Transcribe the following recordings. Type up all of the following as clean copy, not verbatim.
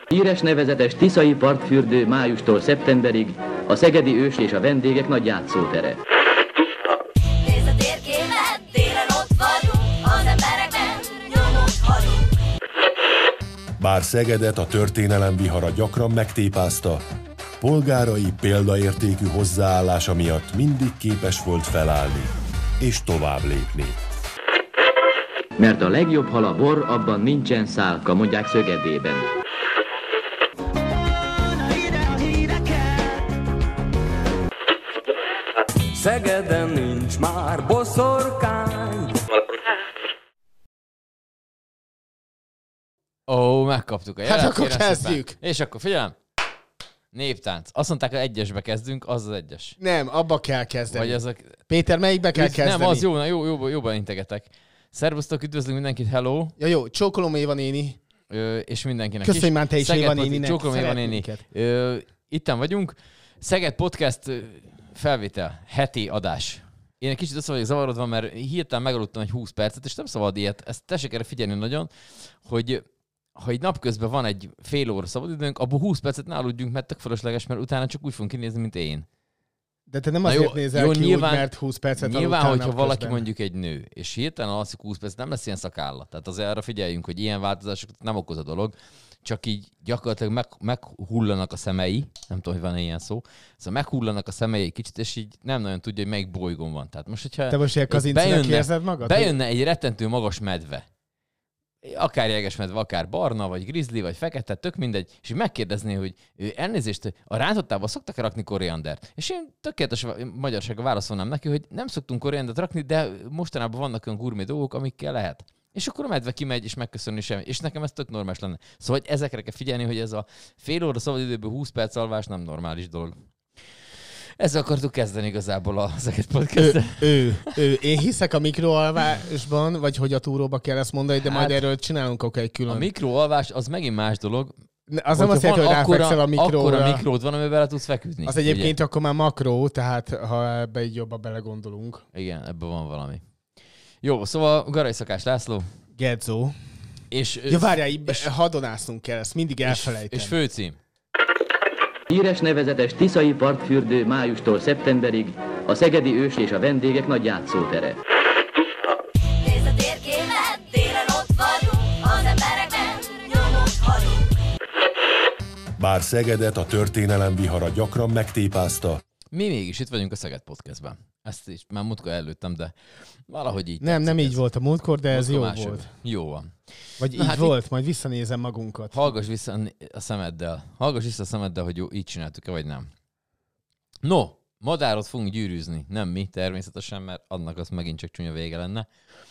Híres nevezetes tiszai partfürdő májustól szeptemberig a szegedi ős és a vendégek nagy játszótere. Nézd a térképet, télen ott vagyunk, az embereknek nyomot hagyunk. Bár Szegedet a történelem vihara gyakran megtépázta, polgárai példaértékű hozzáállása miatt mindig képes volt felállni és tovább lépni. Mert a legjobb hal a bor, abban nincsen szálka, mondják Szögedében. Szegeden nincs már boszorkány. Ó, megkaptuk a jelet. Hát akkor kezdjük. Szépen. És akkor figyelem. Néptánc. Azt mondták, hogy egyesbe kezdünk, az az egyes. Nem, abba kell kezdeni. Vagy azok... Péter, melyikbe kell kezdeni? Nem, az jó, jobban integetek. Szervusztok, üdvözlünk mindenkit, hello. Ja, jó, csókolom Éva néni. És mindenkinek Köszönj is. már te is Éva néninek. Csókolom Éva néni. Itten vagyunk. Szeged Podcast felvétel, heti adás. Én egy kicsit össze vagyok zavarodva, mert hirtelen megaludtam egy 20 percet, és nem szabad ilyet. Ezt tessék erre figyelni nagyon, hogy ha egy napközben van egy fél óra szabadidőnk, abból 20 percet ne aludjunk, mert tök fölösleges, mert utána csak úgy fogunk kinézni, mint én. De te nem azért nézel ki nyilván, úgy, mert 20 percet nyilván, hogyha napközben. valaki mondjuk egy nő, és hirtelen alszik 20 percet, nem lesz ilyen szakálla. Tehát azért arra figyeljünk, hogy ilyen változásokat nem okoz a dolog, csak így gyakorlatilag meghullanak a szemei, nem tudom, hogy van-e ilyen szó, szóval meghullanak a szemei egy kicsit, és így nem nagyon tudja, hogy melyik bolygón van. Tehát most, hogyha te most ilyen kazincinek érzed magad? Bejönne egy rettentő magas medve, akár jegesmedve, akár barna, vagy grizzly, vagy fekete, tök mindegy, és így megkérdezné, hogy elnézést, a rántottában szoktak rakni koriandert? És én tökéletes magyarsággal válaszolnám neki, hogy nem szoktunk koriandert rakni, de mostanában vannak olyan gurmé dolgok, amikkel lehet. És akkor a medve kimegy, és megköszönni semmi. És nekem ez tök normális lenne. Szóval hogy ezekre kell figyelni, hogy ez a fél óra szabadidőből 20 perc alvás nem normális dolog. Ezzel akartuk kezdeni igazából a Szeged Podcastet. Én hiszek a mikroalvásban, vagy hogy a túróba kell ezt mondani, de majd erről csinálunk egy külön. A mikroalvás az megint más dolog. Az nem azt jelenti, hogy ráfekszel a mikróra. Akkora mikród van, amivel tudsz feküdni. Az egyébként ugye? Akkor már makró, tehát ha ebbe így jobban belegondolunk. Igen, ebben van valami. Jó, szóval Garai Szakás László. Gedzó. És, ja, várjál, hadonászunk kell, ezt mindig elfelejtem. És főcím. Híres nevezetes tiszai partfürdő májustól szeptemberig a szegedi ős és a vendégek nagy játszótere. Nézd a térképet, télen ott vagyunk, az embereknek nyomot hagyunk. Bár Szegedet a történelem vihara gyakran megtépázta, mi mégis itt vagyunk a Szeged Podcastben. Ezt is már múltkor előttem, de valahogy így. Nem így volt a múltkor, de ez jó volt. Jó van. Vagy így volt, majd visszanézem magunkat. Hallgass vissza a szemeddel, hogy jó, így csináltuk-e, vagy nem. No, madárot fogunk gyűrűzni. Nem mi, természetesen, mert annak az megint csak csúnya vége lenne.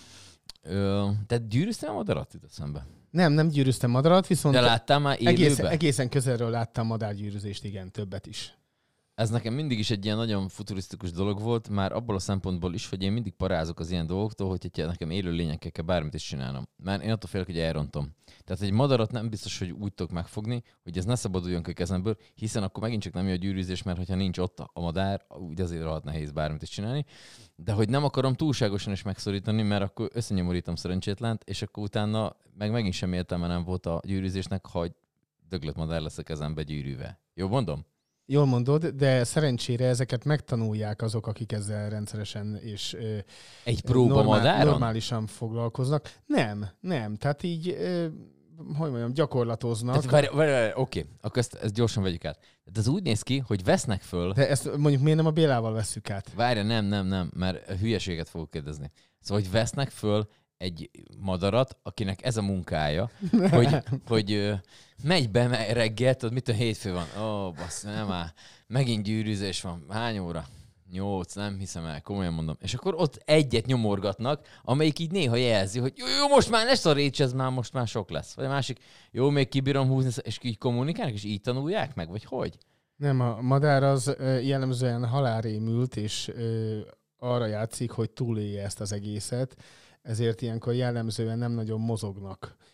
Te gyűrűztél a madarat itt eszembe? Nem gyűrűztem madarat, viszont de láttál már élőben? Egészen közelről láttam madárgyűrűzést, igen, többet is. Ez nekem mindig is egy ilyen nagyon futurisztikus dolog volt, már abból a szempontból is, hogy én mindig parázok az ilyen dolgoktól, hogy nekem élő lényekkel kell bármit is csinálnom. Mert én attól félek, hogy elrontom. Tehát egy madarat nem biztos, hogy úgy tudok megfogni, hogy ez ne szabaduljon ki a kezemből, hiszen akkor megint csak nem jó a gyűrűzés, mert hogyha nincs ott a madár, úgy azért rohadt nehéz bármit is csinálni. De hogy nem akarom túlságosan is megszorítani, mert akkor összenyomorítom szerencsétlent, és akkor utána megint sem értelme nem volt a gyűrűzésnek, ha döglött madár lesz a kezembe gyűrűvel. Jó mondom? Jól mondod, de szerencsére ezeket megtanulják azok, akik ezzel rendszeresen és egy próba madáron? Normálisan foglalkoznak. Nem. Tehát így, hogy mondjam, gyakorlatoznak. Oké, akkor ezt gyorsan vegyük át. Tehát ez úgy néz ki, hogy vesznek föl... De ezt mondjuk miért nem a Bélával vesszük át? Várja, nem, mert hülyeséget fogok kérdezni. Szóval, hogy vesznek föl egy madarat, akinek ez a munkája, hogy megy be reggel, tudod, mit a hétfő van? Ó, bassz, nem áll. Megint gyűrűzés van. Hány óra? 8, nem hiszem el, komolyan mondom. És akkor ott egyet nyomorgatnak, amelyik így néha jelzi, hogy jó, most már ne szoríts, ez már most már sok lesz. Vagy a másik, jó, még kibírom húzni, és így kommunikálnak, és így tanulják meg, vagy hogy? Nem, a madár az jellemzően halálrémült, és arra játszik, hogy túlélje ezt az egészet, ezért ilyenkor jellemzően nem nagyon mozognak.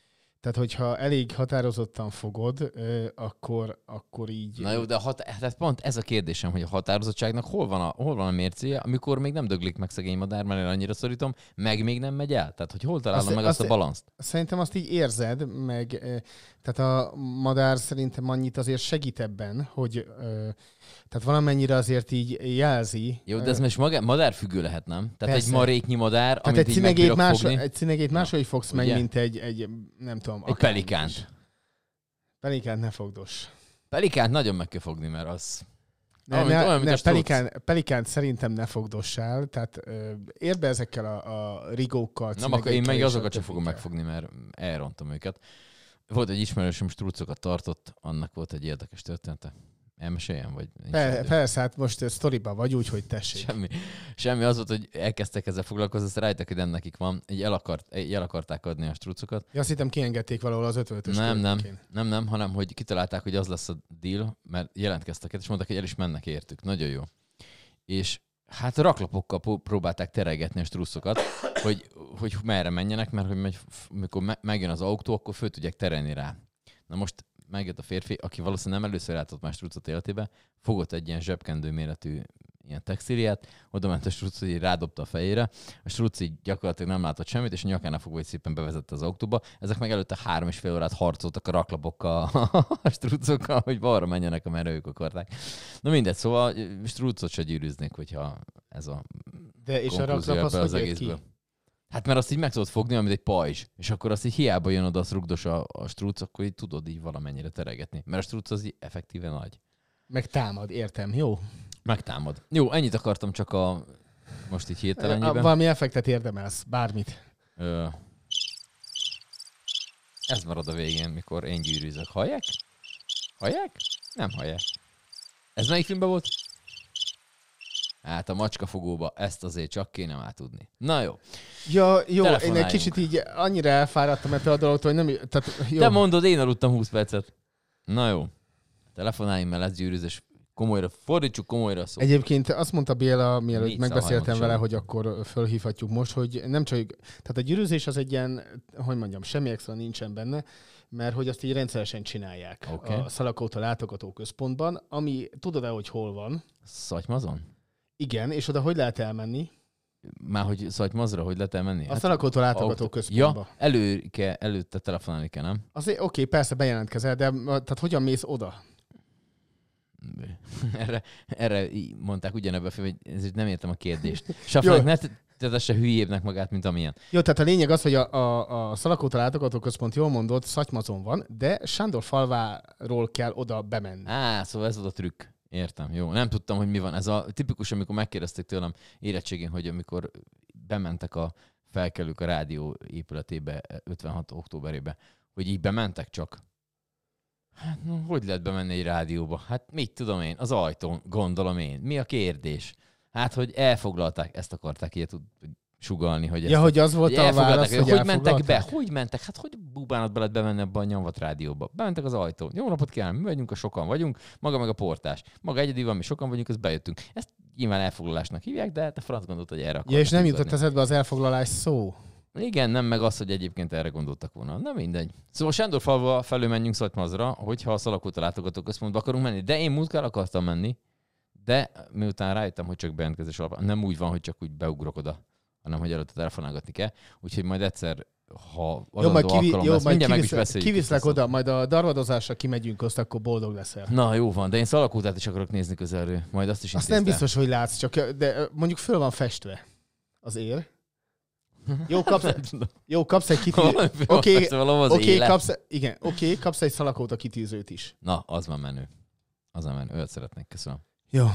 Tehát, hogyha elég határozottan fogod, akkor így... Na jó, de tehát pont ez a kérdésem, hogy a határozottságnak hol van a mércéje, amikor még nem döglik meg szegény madár, mert én annyira szorítom, meg még nem megy el? Tehát, hogy hol találom meg azt a balanszt? Szerintem azt így érzed, meg tehát a madár szerintem annyit azért segít ebben, hogy tehát valamennyire azért így jelzi. Jó, de ez most madárfüggő lehet, nem? Tehát persze. egy maréknyi madár, tehát amit így meg bírok fogni. Egy cinegét máshogy fogsz meg, mint egy nem tudom. Egy pelikánt. Pelikánt ne fogdos. Pelikánt nagyon meg kell fogni, mert az... Pelikánt szerintem ne fogdossál, tehát érd be ezekkel a rigókkal. Nem, akkor én meg azokat sem fogom megfogni, mert elrontom őket. Volt egy ismerősöm, strucokat tartott, annak volt egy érdekes története. Elmeséljem, vagy... Persze, hát most sztoriban vagy úgy, hogy tessék. Semmi az volt, hogy elkezdtek ezzel foglalkozni, aztán rájöttek, hogy nem nekik van. El akarták adni a strucokat. Ja, azt hittem kiengedték valahol az 55-ös Nem, hanem hogy kitalálták, hogy az lesz a deal, mert jelentkeztek, és mondták, hogy el is mennek értük. Nagyon jó. És hát raklapokkal próbálták teregetni a strucokat, hogy merre menjenek, mert hogy mikor megjön az autó, akkor föl tudják terelni rá. Na most megjött a férfi, aki valószínűleg nem először látott már strucot életébe, fogott egy ilyen zsebkendő méretű ilyen textíliát, oda ment a struc, hogy rádobta a fejére, a struc így gyakorlatilag nem látott semmit, és a nyakánál fogva, hogy szépen bevezette az autóba. Ezek meg előtte 3,5 órát harcoltak a raklapokkal, a strucokkal, hogy balra menjenek, amerre ők akarták. Na mindegy, szóval strucot se gyűrűznék, hogyha ez a de és a raklap az hogy jött ki? Hát mert azt így meg tudod fogni, amit egy pajzs, és akkor azt így hiába jön oda a rugdos a struc, akkor így tudod így valamennyire teregetni. Mert a struc az így effektíven nagy. Megtámad, értem, jó? Megtámad. Jó, ennyit akartam csak most így hirtelenjében. Valami effektet érdemelsz, bármit. Ez marad a végén, mikor én gyűrűzök. Hallják? Hallják? Nem hallják. Ez melyik filmben volt? Hát a macskafogóba ezt azért csak kéne már tudni. Na jó. Ja, jó, én egy kicsit így annyira elfáradtam ettől a dologtól, hogy nem... Tehát, jó. Te mondod, én aludtam 20 percet. Na jó. Telefonáljunk, mert lesz gyűrűzés. Komolyra, fordítsuk komolyra szó. Egyébként azt mondta Béla, mielőtt megbeszéltem vele, hogy akkor fölhívhatjuk most, hogy nem csak... Tehát a gyűrűzés az egy ilyen, hogy mondjam, semmi extra nincsen benne, mert hogy azt így rendszeresen csinálják a Szalakóta látogató központban, ami tudod-e, hogy hol van? Szatymazon? Igen, és oda hogy lehet elmenni? Már hogy Szatymazra, hogy lehet elmenni? A Szalakóta látogató központba. Ja, előtte telefonálni kell, nem? Azért oké, persze bejelentkezel, de tehát hogyan mész oda? Erre mondták ugyanebben, hogy nem értem a kérdést. Safranak ne tetesse hülyébbnek magát, mint amilyen. Jó, tehát a lényeg az, hogy a Szalakóta látogatóközpont, jól mondott, Szatymazon van, de Sándorfalváról kell oda bemenni. Szóval ez volt a trükk. Értem, jó. Nem tudtam, hogy mi van. Ez a tipikus, amikor megkérdezték tőlem érettségén, hogy amikor bementek a felkelők a rádió épületébe 56. októberébe, hogy így bementek csak. Hát, hogy lehet bemenni egy rádióba? Hát mit tudom én? Az ajtón, gondolom én. Mi a kérdés? Hát, hogy elfoglalták, ezt akarták ilyet sugallni, hogy ja, hogy az volt a válasz, hogy mentek be? Hogy mentek? Hát, hogy búbánat lehet bemenni abba a nyomvat rádióba? Bementek az ajtón. Jó napot kívánok, mi vagyunk, a sokan vagyunk, maga meg a portás. Maga egyedül van, mi sokan vagyunk, ezt bejöttünk. Ezt nyilván elfoglalásnak hívják, de te franc gondolt, hogy erre ja, és nem jutott eszedbe az elfoglalás szó? Igen, nem meg az, hogy egyébként erre gondoltak volna. Na mindegy. Szóval Sándorfalva felül menjünk Szatymazra, hogyha a Szalakóta látogatóközpontba akarunk menni. De én múltkor akartam menni, de miután rájöttem, hogy csak bejelentkezés alapján, nem úgy van, hogy csak úgy beugrok oda, hanem hogy előtte telefonálgatni kell. Úgyhogy majd egyszer, ha adandó alkalom lesz, mindjárt meg is beszéljük. Kiviszlek oda, majd a darvadozásra kimegyünk, azt akkor boldog leszel. Na jó van, de én Szalakótát is akarok nézni közelről. Majd azt is azt nem biztos, hogy látsz, csak de mondjuk föl van festve az ér. Jó, kapsz egy kitűzőt. Oké, kapsz egy Szalakóta kitűzőt is. Na, az már menő. Olyat szeretnék, köszönöm. Jó.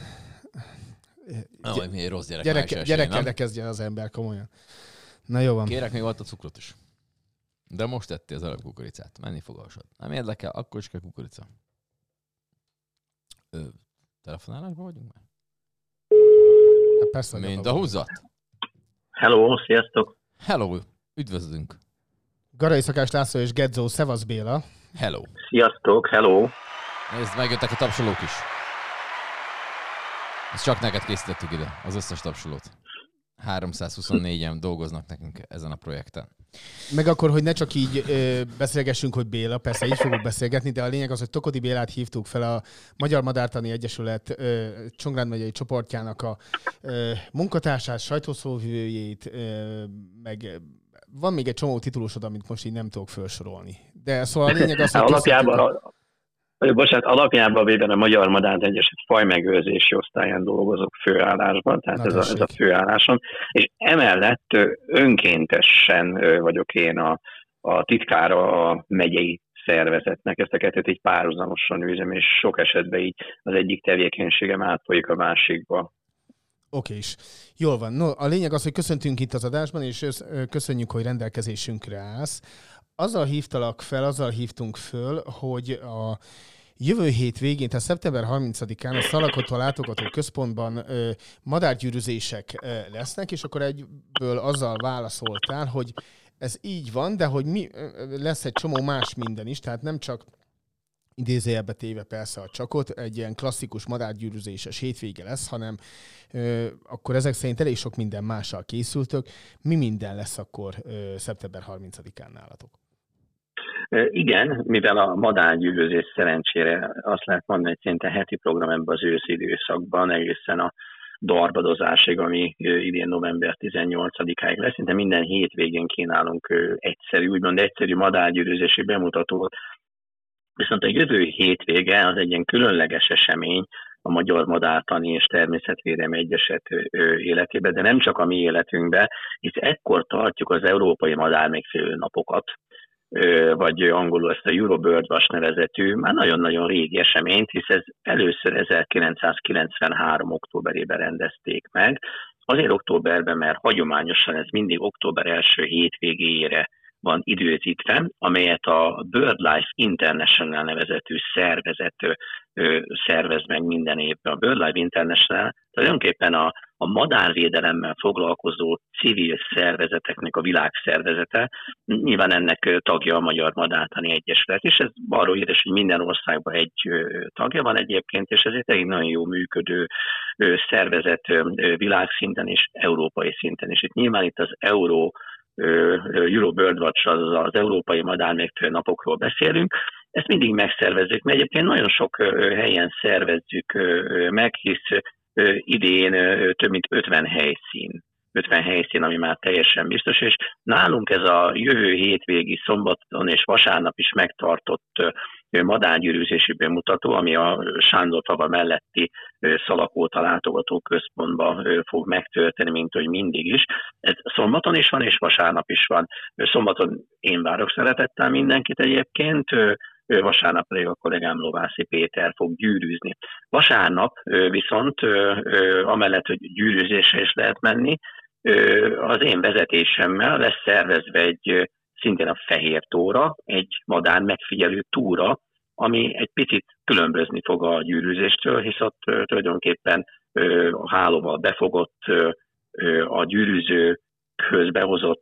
Mi rossz gyerekkel ne kezdjen az ember, komolyan. Na jó van. Kérek még volt a cukrot is. De most tettél az előbb kukoricát. Menni fog alsod. Nem érdekel, akkor is kell kukorica. Telefonálásban vagyunk már? Hát persze. Mind a húzzat. Hello, sziasztok. Hello, üdvözlünk. Garai Szakás László és Gedzó, szevasz Béla. Hello. Sziasztok, hello. Nézd, megjöttek a tapsolók is. Ezt csak neked készítettük ide, az összes tapsolót. 324-en dolgoznak nekünk ezen a projekten. Meg akkor, hogy ne csak így beszélgessünk, hogy Béla, persze így fogunk beszélgetni, de a lényeg az, hogy Tokodi Bélát hívtuk fel a Magyar Madártani Egyesület Csongrád megyei csoportjának a munkatársát, sajtószóvivőjét, meg van még egy csomó titulusod, amit most így nem tudok felsorolni. De szóval a lényeg az, hogy alapjában véve a Magyar Madár Egyesület fajmegőrzési osztályán dolgozok főállásban, tehát ez a főállásom, és emellett önkéntesen vagyok én a titkára a megyei szervezetnek, ezt a kettőt így párhuzamosan űzöm, és sok esetben így az egyik tevékenységem átfolyik a másikba. Oké is. Jól van. No, a lényeg az, hogy köszöntünk itt az adásban, és köszönjük, hogy rendelkezésünkre állsz. Azzal hívtunk föl, hogy a jövő hét végén, tehát szeptember 30-án a Szalakotva Látogató Központban madárgyűrűzések lesznek, és akkor egyből azzal válaszoltál, hogy ez így van, de hogy lesz egy csomó más minden is, tehát nem csak idézőjelbe téve persze a csakot, egy ilyen klasszikus madárgyűrűzéses hétvége lesz, hanem akkor ezek szerint elég sok minden mással készültök. Mi minden lesz akkor szeptember 30-án nálatok? Igen, mivel a madárgyűrűzés szerencsére azt lehet mondani, hogy szinte heti program ebben az őszi időszakban, egészen a darbadozásig, ami idén november 18-áig lesz, szinte minden hétvégén kínálunk úgymond egyszerű madárgyűrűzési bemutatót. Viszont a jövő hétvége az egy ilyen különleges esemény a Magyar Madártani és Természetvédelmi Egyesület életében, de nem csak a mi életünkben, hisz ekkor tartjuk az Európai Madármegfigyelő Napokat, vagy angolul ezt a Euro Birdwatch nevezetű, már nagyon-nagyon régi eseményt, hisz ez először 1993. októberében rendezték meg. Azért októberben, mert hagyományosan ez mindig október első hétvégéjére van időzítve, amelyet a BirdLife International nevezetű szervezet szervez meg minden évben. A BirdLife International tulajdonképpen a madárvédelemmel foglalkozó civil szervezeteknek a világszervezete, nyilván ennek tagja a Magyar Madártani Egyesület, és ez arról édes, hogy minden országban egy tagja van egyébként, és ezért egy nagyon jó működő szervezet világszinten és európai szinten. És nyilván itt az Euro Birdwatch, az Európai Madármegfigyelő Napokról beszélünk. Ezt mindig megszervezzük, mert egyébként nagyon sok helyen szervezzük meg, hisz idén több mint 50 helyszín, ami már teljesen biztos, és nálunk ez a jövő hétvégi szombaton és vasárnap is megtartott madárgyűrűzési bemutató, ami a Sándorfava melletti Szalakóta Látogató Központban fog megtörténni, mint hogy mindig is. Ez szombaton is van, és vasárnap is van. Szombaton én várok szeretettel mindenkit egyébként, vasárnap pedig a kollégám Lovászi Péter fog gyűrűzni. Vasárnap viszont amellett, hogy gyűrűzésre is lehet menni, az én vezetésemmel lesz szervezve egy szintén a Fehér tóra, egy madár megfigyelő túra, ami egy picit különbözni fog a gyűrűzéstől, hisz ott tulajdonképpen a hálóval befogott, a gyűrűzőkhöz behozott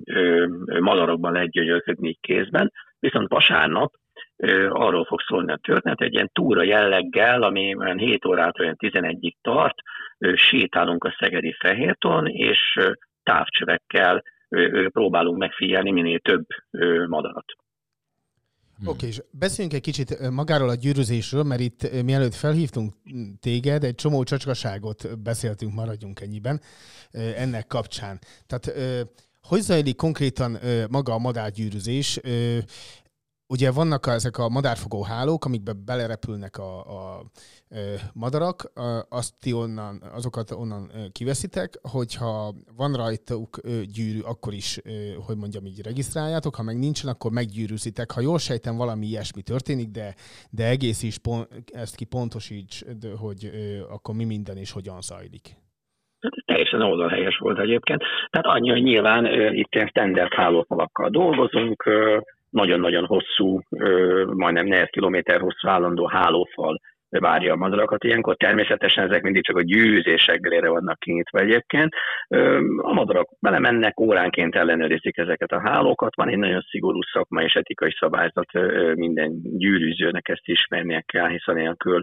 madarokban lehet gyönyörködni kézben, viszont vasárnap arról fog szólni a történet, egy ilyen túra jelleggel, ami olyan 7 órától olyan 11-ig tart, sétálunk a szegedi Fehérton, és távcsövekkel próbálunk megfigyelni minél több madarat. Oké, és beszéljünk egy kicsit magáról a gyűrűzésről, mert itt mielőtt felhívtunk téged, egy csomó csacskaságot beszéltünk, maradjunk ennyiben ennek kapcsán. Tehát hogy zajlik konkrétan maga a madárgyűrűzés? Ugye vannak ezek a madárfogó hálók, amikbe belerepülnek a madarak, azokat onnan kiveszitek, hogyha van rajtuk gyűrű, akkor is, hogy mondjam így, regisztráljátok, ha meg nincsen, akkor meggyűrűzitek. Ha jól sejtem, valami ilyesmi történik, de egész is ezt kipontosíts, hogy akkor mi minden és hogyan zajlik. Teljesen oldalhelyes volt egyébként. Tehát annyi, hogy nyilván itt ilyen standard hálófalakkal dolgozunk, nagyon-nagyon hosszú, majdnem 4 kilométer hosszú állandó hálófal várja a madarakat. Ilyenkor természetesen ezek mindig csak a gyűrűzésekre vannak kinyitva egyébként. A madarak belemennek, óránként ellenőrizik ezeket a hálókat. Van egy nagyon szigorú szakmai és etikai szabályzat, minden gyűrűzőnek ezt ismernie kell, hiszen ilyenkor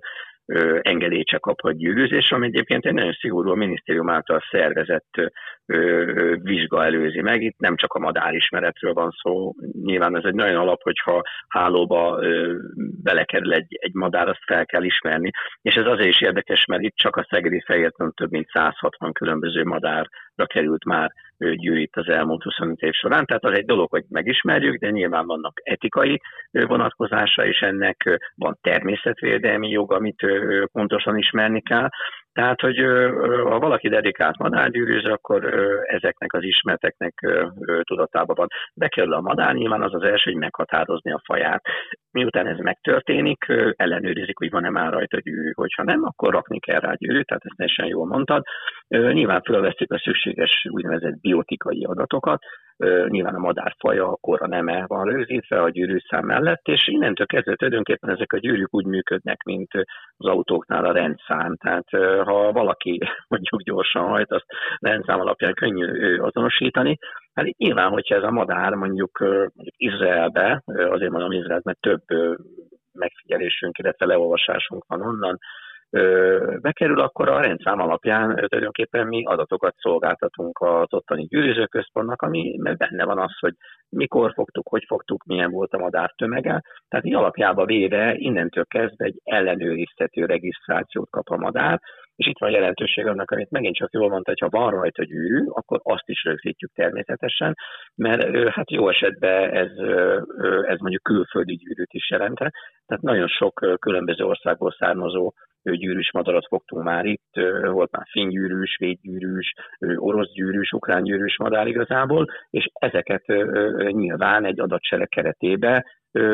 engedélyt se kaphat gyűrűzés, ami egyébként egy nagyon szigorú a minisztérium által szervezett vizsga előzi meg. Itt nem csak a madárismeretről van szó, nyilván ez egy nagyon alap, hogyha hálóba belekerül egy madár, azt fel kell ismerni, és ez azért is érdekes, mert itt csak a szegedi Fehérton több mint 160 különböző madárra került már gyűrű itt az elmúlt 25 év során, tehát az egy dolog, hogy megismerjük, de nyilván vannak etikai vonatkozása, és ennek van természetvédelmi jog, amit pontosan ismerni kell. Tehát, hogy ha valaki dedikált madárgyűrűző, akkor ezeknek az ismereteknek tudatában van. Bekerül a madár, nyilván az első, hogy meghatározni a faját. Miután ez megtörténik, ellenőrizik, hogy van-e már rajta gyűrű. Hogyha nem, akkor rakni kell rá gyűrűt, tehát ezt teljesen jól mondtad. Nyilván felveszünk a szükséges úgynevezett biotikai adatokat. Nyilván a madár faja, akkor a neme van rögzítve a gyűrűszám mellett, és innentől kezdve tulajdonképpen ezek a gyűrűk úgy működnek, mint az autóknál a rendszám. Tehát ha valaki mondjuk gyorsan hajt, azt rendszám alapján könnyű azonosítani. Hát nyilván, hogyha ez a madár mondjuk Izraelbe, azért mondom Izrael, mert több megfigyelésünk, illetve leolvasásunk van onnan, bekerül, akkor a rendszám alapján tulajdonképpen mi adatokat szolgáltatunk az ottani gyűrűzőközpontnak, ami benne van az, hogy mikor fogtuk, hogy fogtuk, milyen volt a madár tömege. Tehát így alapjába véve innentől kezdve egy ellenőrizhető regisztrációt kap a madár, és itt van jelentőség annak, amit megint csak jól mondta, hogy ha van rajta gyűrű, akkor azt is rögzítjük természetesen, mert hát jó esetben ez mondjuk külföldi gyűrűt is jelent. Tehát nagyon sok különböző országból származó gyűrűs madarat fogtunk már itt, volt már finn gyűrűs, svéd gyűrűs, orosz gyűrűs, ukrán gyűrűs madár igazából, és ezeket nyilván egy adatsereg keretébe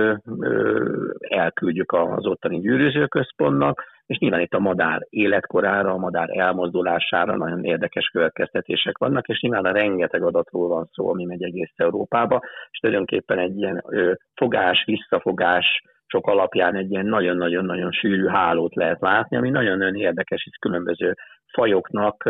elküldjük az ottani gyűrűzőközpontnak, és nyilván itt a madár életkorára, a madár elmozdulására nagyon érdekes következtetések vannak, és nyilván a rengeteg adatról van szó, ami megy egész Európába, és tulajdonképpen egy ilyen fogás, visszafogás sok alapján egy ilyen nagyon-nagyon-nagyon sűrű hálót lehet látni, ami nagyon-nagyon érdekes, és különböző fajoknak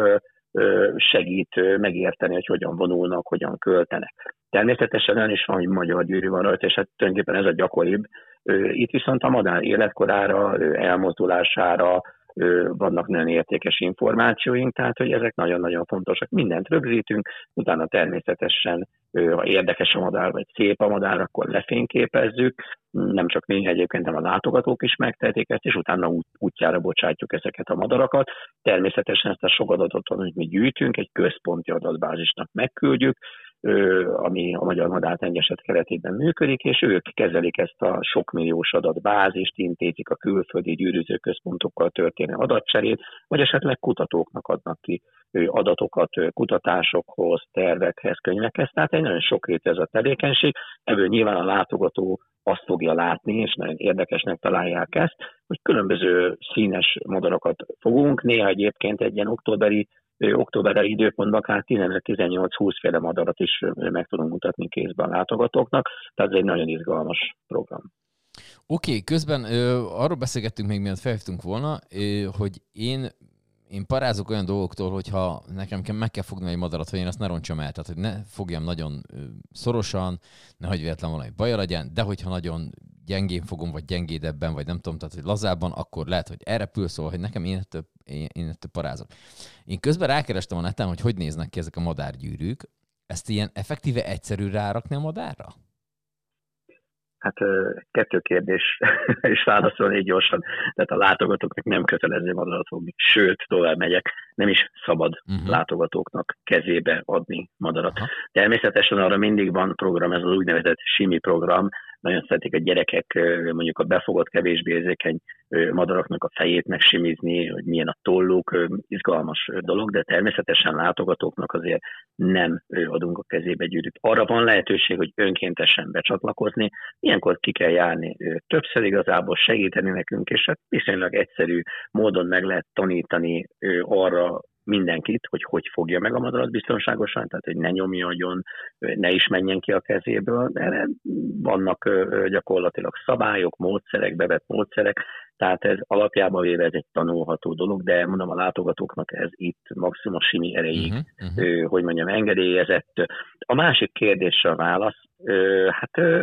segít megérteni, hogy hogyan vonulnak, hogyan költenek. Természetesen olyan is van, hogy magyar gyűrű van rajta, és hát tulajdonképpen ez a gyakoribb. Itt viszont a madár életkorára, elmozdulására vannak nagyon értékes információink, tehát hogy ezek nagyon-nagyon fontosak. Mindent rögzítünk, utána természetesen, ha érdekes a madár, vagy szép a madár, akkor lefényképezzük. Nem csak mi egyébként, hanem a látogatók is megtehetik ezt, és utána útjára bocsátjuk ezeket a madarakat. Természetesen ezt a sok adatot, amit mi gyűjtünk, egy központi adatbázisnak megküldjük, ami a Magyar Madártengyeset keretében működik, és ők kezelik ezt a sokmilliós adatbázist, intézik a külföldi gyűrűzőközpontokkal történő adatcserét, vagy esetleg kutatóknak adnak ki adatokat kutatásokhoz, tervekhez, könyvekhez. Tehát egy nagyon sokrétű ez a tevékenység. Ebből nyilván a látogató azt fogja látni, és nagyon érdekesnek találják ezt, hogy különböző színes madarakat fogunk, néha egyébként egy ilyen októberi időpontban akár 15-18-20 féle madarat is meg tudunk mutatni kézben a látogatóknak, tehát ez egy nagyon izgalmas program. Oké, közben arról beszélgettünk még, mielőtt felhívtunk volna, hogy én parázok olyan dolgoktól, hogyha nekem meg kell fognom egy madarat, hogy én azt ne roncsam el, tehát hogy ne fogjam nagyon szorosan, nehogy véletlen valami baja legyen, de hogyha nagyon gyengén fogom, vagy gyengédebben, vagy nem tudom, tehát hogy lazábban, akkor lehet, hogy elrepül, szóval, hogy nekem én ettől parázok. Én közben rákerestem a neten, hogy néznek ki ezek a madárgyűrűk. Ezt ilyen effektíve egyszerű rárakni a madárra? Hát 2 kérdés, és válaszolni így gyorsan. Tehát a látogatóknak nem kötelező madarat fogni, sőt, tovább megyek, nem is szabad látogatóknak kezébe adni madarat. Természetesen arra mindig van program, ez az úgynevezett simi program, nagyon szeretik a gyerekek mondjuk a befogott, kevésbé érzékeny madaraknak a fejét megsimizni, hogy milyen a tolluk, izgalmas dolog, de természetesen látogatóknak azért nem adunk a kezébe gyűrűt. Arra van lehetőség, hogy önkéntesen becsatlakozni, ilyenkor ki kell járni többször igazából, segíteni nekünk, és hát viszonylag egyszerű módon meg lehet tanítani arra mindenkit, hogy fogja meg a madarat biztonságosan, tehát hogy ne nyomja agyon, ne is menjen ki a kezéből. Erre vannak gyakorlatilag szabályok, módszerek, bevett módszerek, tehát ez alapjában véve ez egy tanulható dolog, de mondom a látogatóknak ez itt maximum a simi erejéig, hogy mondjam, engedélyezett. A másik kérdésre a válasz, hát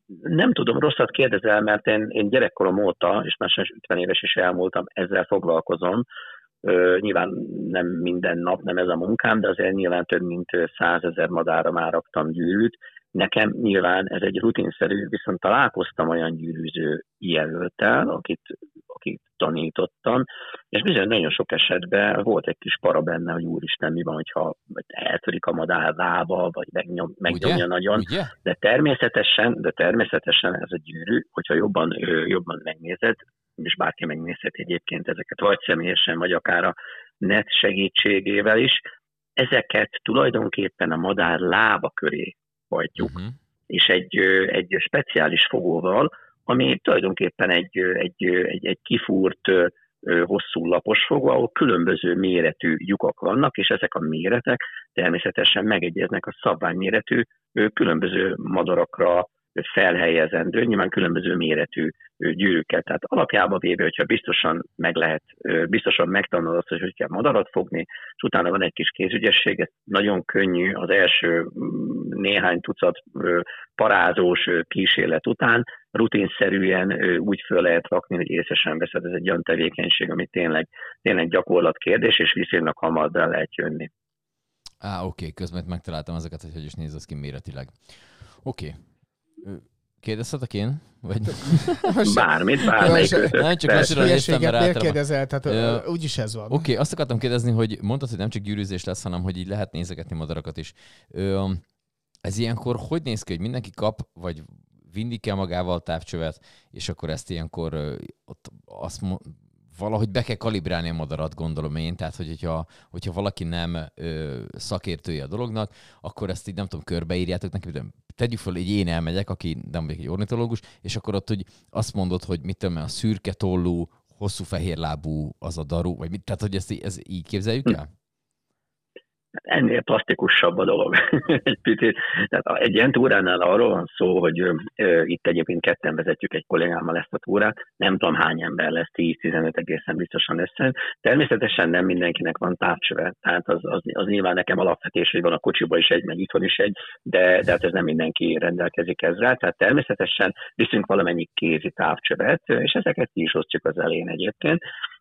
Nem tudom, rosszat kérdezel, mert én gyerekkorom óta, és már 50 éves is elmúltam, ezzel foglalkozom. Nyilván nem minden nap, nem ez a munkám, de azért nyilván több mint 100 000 madárra már raktam gyűrűt. Nekem nyilván ez egy rutinszerű, viszont találkoztam olyan gyűrűző jelölttel, akit tanítottam, és bizony nagyon sok esetben volt egy kis para benne, hogy úristen, mi van, hogyha eltörik a madár lába, vagy megnyomja nagyon. Ugye? De természetesen ez a gyűrű, hogyha jobban megnézed, és bárki megnézheti egyébként ezeket, vagy személyesen, vagy akár a net segítségével is, ezeket tulajdonképpen a madár lába köré hajtjuk, és egy speciális fogóval, ami tulajdonképpen egy kifúrt, hosszú lapos fogó, ahol különböző méretű lyukak vannak, és ezek a méretek természetesen megegyeznek a szabványméretű különböző madarakra felhelyezendő, nyilván különböző méretű gyűrűkkel. Tehát alapjában véve, hogyha biztosan megtanulod, hogy kell madarat fogni, és utána van egy kis kézügyesség, ez nagyon könnyű az első néhány tucat parázós kísérlet után, rutinszerűen úgy föl lehet rakni, hogy észre sem veszed. Ez egy olyan tevékenység, ami tényleg gyakorlatkérdés, és viszonylag hamar be lehet jönni. Oké, közben megtaláltam ezeket, hogy is néz az ki méretileg. Oké. Kérdezhetek én? Vagy... Bármelyik. Nem csak lassúra néztem, mert általában... kérdezel, tehát úgyis ez van. Oké, azt akartam kérdezni, hogy mondtad, hogy nem csak gyűrűzés lesz, hanem hogy így lehet nézegetni madarakat is. Ez ilyenkor hogy néz ki, hogy mindenki kap, vagy vinni kell magával távcsövet, és akkor ezt ilyenkor ott valahogy be kell kalibrálni a madarat, gondolom én, tehát hogyha valaki nem szakértője a dolognak, akkor ezt így nem tudom, körbeírjátok neki, tegyük fel, hogy én elmegyek, aki nem vagyok egy ornitológus, és akkor ott hogy azt mondod, hogy mit tudom, a szürke tollú, hosszú fehérlábú az a daru, vagy mit, tehát hogy ezt így képzeljük el? Ennél plastikusabb a dolog. Egy picit. Tehát egy ilyen túránál arról van szó, hogy itt egyébként ketten vezetjük egy kollégámmal ezt a túrát, nem tudom hány ember lesz, 10-15 egészen biztosan össze. Természetesen nem mindenkinek van távcsöve, tehát az nyilván nekem alapvetés, hogy van a kocsiba is egy, meg itthon is egy, de hát ez nem mindenki rendelkezik ezzel, tehát természetesen viszünk valamennyi kézi távcsövet, és ezeket ki is osztjuk az elején egyébként,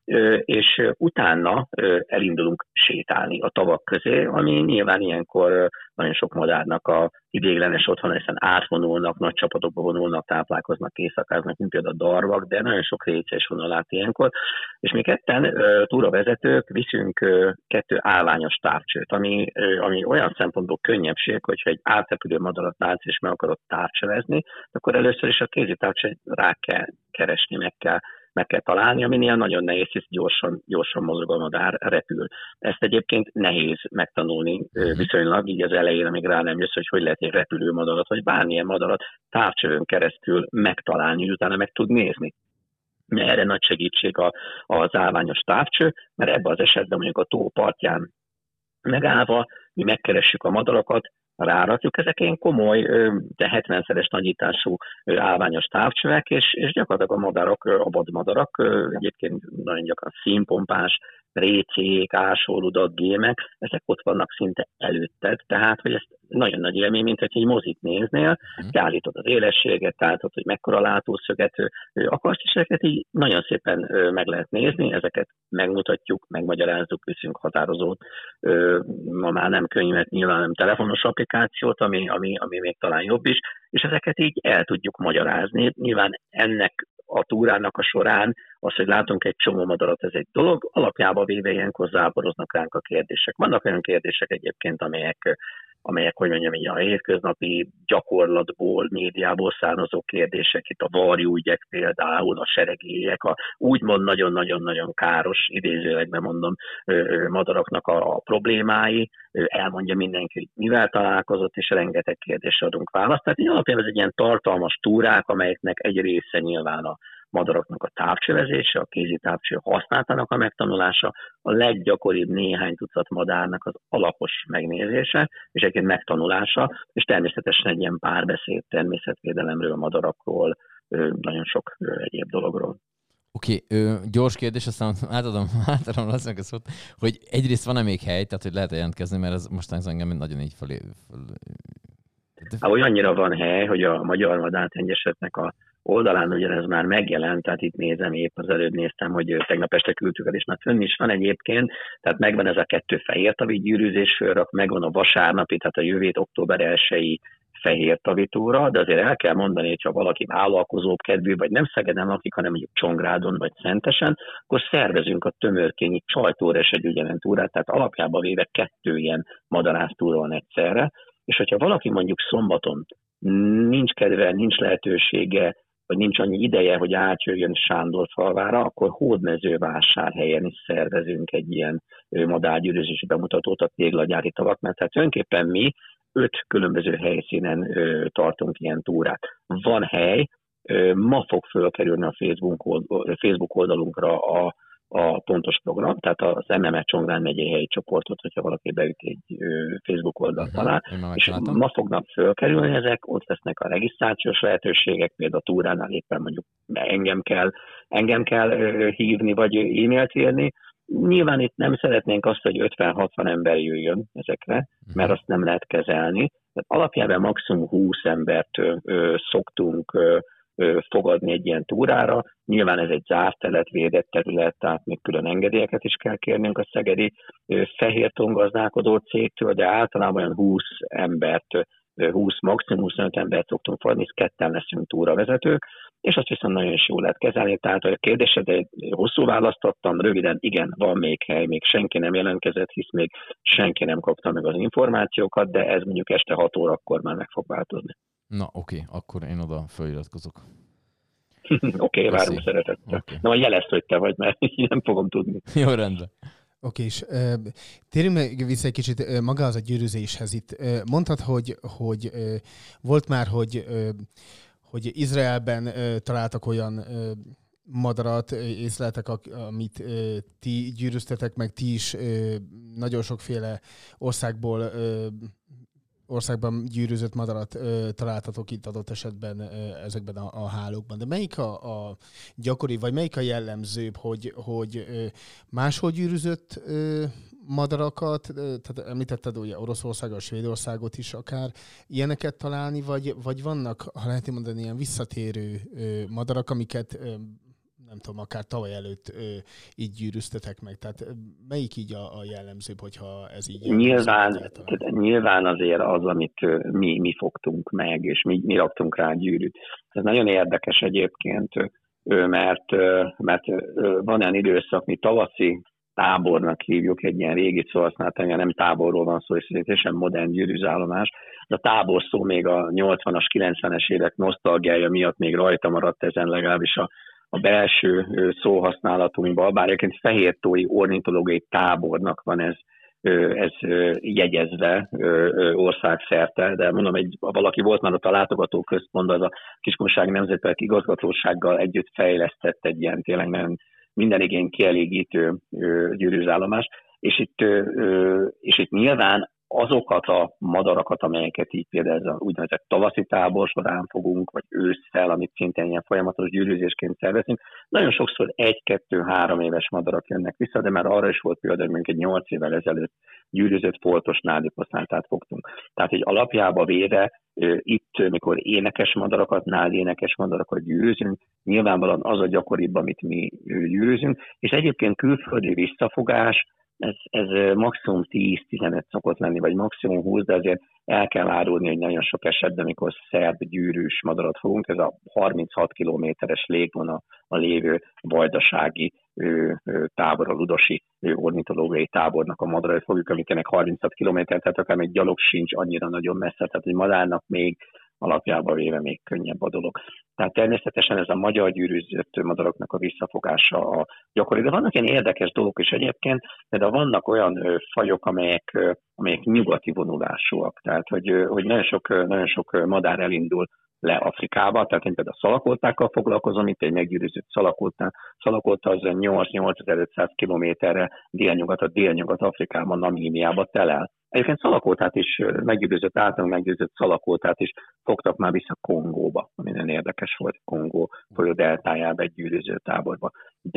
és utána elindulunk sétálni a tavak közé, ami nyilván ilyenkor nagyon sok madárnak a ideiglenes otthon, hiszen átvonulnak, nagy csapatokba vonulnak, táplálkoznak, éjszakáznak, mint például a darvak, de nagyon sok réce is vonul át ilyenkor. És mi ketten túravezetők viszünk 2 állványos távcsőt, ami olyan szempontból könnyebbség, hogyha egy átrepülő madarat látsz és meg akarod távcsövezni, akkor először is a kézi távcsőt rá kell keresni, meg kell találni, aminél nagyon nehéz, hisz gyorsan mozog a madár, repül. Ezt egyébként nehéz megtanulni viszonylag, így az elején, amíg rá nem jössz, hogy lehet egy repülő madarat, vagy bármilyen madarat távcsövön keresztül megtalálni, hogy utána meg tud nézni. Erre nagy segítség az állványos távcső, mert ebben az esetben mondjuk a tó partján megállva mi megkeressük a madarakat, rárakjuk, ezek ilyen komoly, de 70-szeres nagyítású állványos távcsövek, és gyakorlatilag a madarak, a vadmadarak, egyébként nagyon gyakran színpompás, récék, ásóludak, gémek, ezek ott vannak szinte előtted, tehát, hogy ez nagyon nagy élmény, mint hogy egy mozit néznél, beállítod az élességet, állítod, hogy mekkora látószöget akarsz, és ezeket így nagyon szépen meg lehet nézni, ezeket megmutatjuk, megmagyarázzuk, viszünk határozót, ma már nem könyvet, nyilván nem telefonos applikációt, ami még talán jobb is, és ezeket így el tudjuk magyarázni. Nyilván ennek a túrának a során az, hogy látunk egy csomó madarat, ez egy dolog, alapjában véve ilyenkor záporoznak ránk a kérdések. Vannak olyan kérdések egyébként, amelyek, hogy mondjam, így a hétköznapi gyakorlatból, médiából származó kérdések, itt a varjúügyek például, a seregélyek, a úgymond nagyon-nagyon-nagyon káros, idézőlegben mondom, madaraknak a problémái, elmondja mindenki, hogy mivel találkozott, és rengeteg kérdésre adunk választ. Tehát alapjában ez egy ilyen tartalmas túrák, amelyeknek egy része nyilván a madaraknak a távcsövezése, a kézi távcső használatának a megtanulása, a leggyakoribb néhány tucat madárnak az alapos megnézése, és egyébként megtanulása, és természetesen egy ilyen párbeszéd természetvédelemről, madarakról, nagyon sok egyéb dologról. Oké, gyors kérdés, aztán átadom a szót, hogy egyrészt van-e még hely, tehát hogy lehet jelentkezni, mert ez most engem nagyon így Ahogy annyira van hely, hogy a Magyar Madártengyesetnek a oldalán ugyanez már megjelent, tehát itt nézem, épp az előbb néztem, hogy tegnap este küldtük el, és már fönn is van egyébként, tehát megvan ez a 2 fehér tavi gyűrűzés fölrak, megvan a vasárnapi, tehát a jövő október 1-i fehér tavitóra, de azért el kell mondani, hogy ha valaki vállalkozóbb kedvű, vagy nem Szegeden lakik, hanem mondjuk Csongrádon, vagy Szentesen, akkor szervezünk a Tömörkényi Csajtóra és egy ugyanen túrát, tehát alapjában véve 2 ilyen madarásztúra van egyszerre, és hogyha valaki mondjuk szombaton nincs kedve, nincs lehetősége, vagy nincs annyi ideje, hogy átjöjjön Sándorfalvára, akkor Hódmezővásárhelyen is szervezünk egy ilyen madárgyűrűzési bemutatót a téglagyári tavaknál. Tehát tulajdonképpen mi 5 különböző helyszínen tartunk ilyen túrát. Van hely, ma fog fölkerülni a Facebook oldalunkra a pontos program, tehát az MME Csongrád megyei helyi csoportot, hogyha valaki beüt egy Facebook oldalt talál, és ma fognak fölkerülni ezek, ott lesznek a regisztrációs lehetőségek, például a túránál éppen mondjuk engem kell hívni, vagy e-mailt írni. Nyilván itt nem szeretnénk azt, hogy 50-60 ember jöjjön ezekre, mert azt nem lehet kezelni. Tehát alapjában maximum 20 embert szoktunk fogadni egy ilyen túrára. Nyilván ez egy zárt telet, védett terület, tehát még külön engedélyeket is kell kérnünk a szegedi fehérton gazdálkodó cégtől, de általában olyan 20 embert, 20 maximum 25 embert szoktunk fogadni, és 2-en leszünk túravezetők, és azt viszont nagyon is jól lehet kezelni. Tehát a kérdésedre hosszú választottam, röviden, igen, van még hely, még senki nem jelentkezett, hisz még senki nem kapta meg az információkat, de ez mondjuk este 6 órakor már meg fog változni. Na, oké, akkor én oda feliratkozok. Oké, várunk szeretettel. Okay. Na, jelezd, hogy te vagy, mert nem fogom tudni. Jó, rendben. Oké, és térjünk meg vissza egy kicsit magához a gyűrűzéshez itt. Mondtad, hogy volt már, hogy Izraelben találtak olyan madarat, észleltek, amit ti gyűrűztetek, meg ti is nagyon sokféle országban gyűrűzött madarat találtatok itt adott esetben ezekben a hálókban. De melyik a gyakori, vagy melyik a jellemzőbb, hogy máshol gyűrűzött madarakat, tehát említetted ugye Oroszországot, Svédországot is akár, ilyeneket találni, vagy vannak, ha lehet mondani, ilyen visszatérő madarak, amiket nem tudom, akár tavaly előtt így gyűrűztetek meg. Tehát melyik így a jellemzőbb, hogyha ez így... Nyilván azért az, amit mi fogtunk meg, és mi raktunk rá gyűrűt. Ez nagyon érdekes egyébként, mert van olyan időszak, mi tavaszi tábornak hívjuk, egy ilyen régi szó használtam, nem táborról van szó, és teljesen modern gyűrűzállomás. A tábor szó még a 80-as, 90-es évek nosztalgiája miatt még rajta maradt ezen, legalábbis a belső szóhasználatunkban, bár egyébként fehértói ornitológiai tábornak van ez jegyezve országszerte, de mondom, valaki volt már ott a látogatóközpontban, az a Kiskunsági Nemzetpark igazgatósággal együtt fejlesztett egy ilyen tényleg nagyon minden igény kielégítő gyűrűzállomás, és itt nyilván azokat a madarakat, amelyeket így például ez a úgynevezett tavaszi tábor során fogunk, vagy ősszel, amit szintén ilyen folyamatos gyűrűzésként szervezünk, nagyon sokszor 1-2-3 éves madarak jönnek vissza, de már arra is volt például, hogy egy 8 évvel ezelőtt gyűrűzött foltos nádiposzántát fogtunk. Tehát, hogy alapjába véve itt, mikor énekes madarakat, nádénekes madarakat gyűrűzünk, nyilvánvalóan az a gyakoribb, amit mi gyűrűzünk, és egyébként külföldi visszafogás, ez maximum 10-15 szokott lenni, vagy maximum 20, de azért el kell árulni, hogy nagyon sok esetben, amikor szerb gyűrűs madarat fogunk, ez a 36 kilométeres légvonal a lévő vajdasági tábor, a ludosi ornitológiai tábornak a madarait fogjuk, amit ennek 36 kilométer, tehát akár még gyalog sincs annyira nagyon messze, tehát hogy madárnak még alapjában véve még könnyebb a dolog. Tehát természetesen ez a magyar gyűrűzött madaraknak a visszafogása a gyakori. De vannak ilyen érdekes dolgok is egyébként, de vannak olyan fajok, amelyek nyugati vonulásúak. Tehát, hogy nagyon sok madár elindul le Afrikába, tehát én például a szalakoltákkal foglalkozom, itt egy meggyűrűzött szalakolta az 8-8500 kilométerre délnyugat Afrikában, Namíbiába telel. Egyébként szalakoltát is, általában meggyőzött szalakoltát is fogtak már vissza Kongóba, ami nagyon érdekes volt, Kongó folyó deltájába egy gyűrűző táborba. De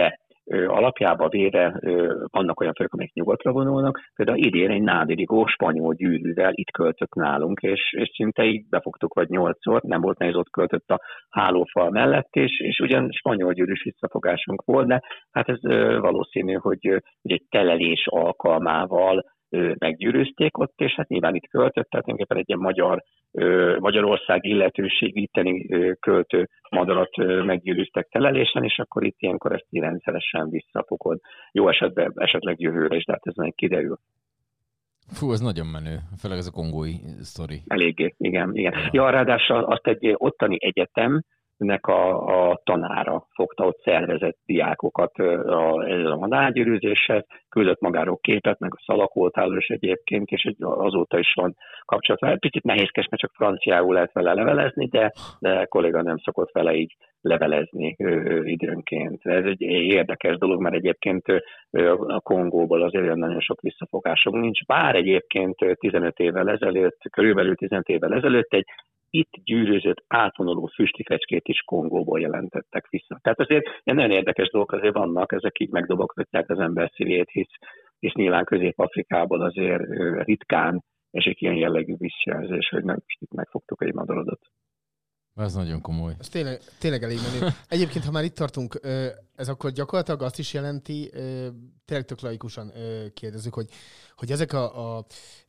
alapjába véve vannak olyan fajok, amelyek nyugatra vonulnak. Például idén egy nádirigó spanyol gyűrűvel itt költött nálunk, és szinte így befogtuk vagy 8-szor, nem volt nehéz, ott költött a hálófal mellett, és ugyan spanyol gyűrűs visszafogásunk volt, de hát ez valószínű, hogy egy telelés alkalmával meggyűrűzték ott, és hát nyilván itt költött, tehát tulajdonképpen egy ilyen Magyarország illetőség itteni költő madarat meggyűrűztek telelésen, és akkor itt ilyenkor ezt rendszeresen visszafogod. Jó esetben esetleg jövőre is, de hát ez meg kiderül. Fú, ez nagyon menő, főleg ez a kongói sztori. Eléggé, igen. Ja, ráadásul azt egy ottani egyetemnek a tanára fogta, ott szervezett diákokat ezzel a madárgyűrűzéshez, küldött magáról képet, meg a szalagoltáló is egyébként, és azóta is van kapcsolat. Picit nehézkes, mert csak franciául lehet vele levelezni, de kolléga nem szokott vele így levelezni időnként. Ez egy érdekes dolog, mert egyébként a Kongóból azért nagyon sok visszafogásunk nincs. Bár egyébként 15 évvel ezelőtt, körülbelül 15 évvel ezelőtt egy itt gyűrűzött átvonuló füstifecskét is Kongóból jelentettek vissza. Tehát azért ilyen nagyon érdekes dolgok azért vannak, ezek így megdobogtatják az ember szívét, hisz nyilván Közép-Afrikából azért ritkán esik ilyen jellegű visszajelzés, hogy nem itt megfogtuk egy madarodot. Ez nagyon komoly. Ez tényleg elég menő. Egyébként, ha már itt tartunk, ez akkor gyakorlatilag azt is jelenti, tényleg tök laikusan kérdezzük, hogy ezek a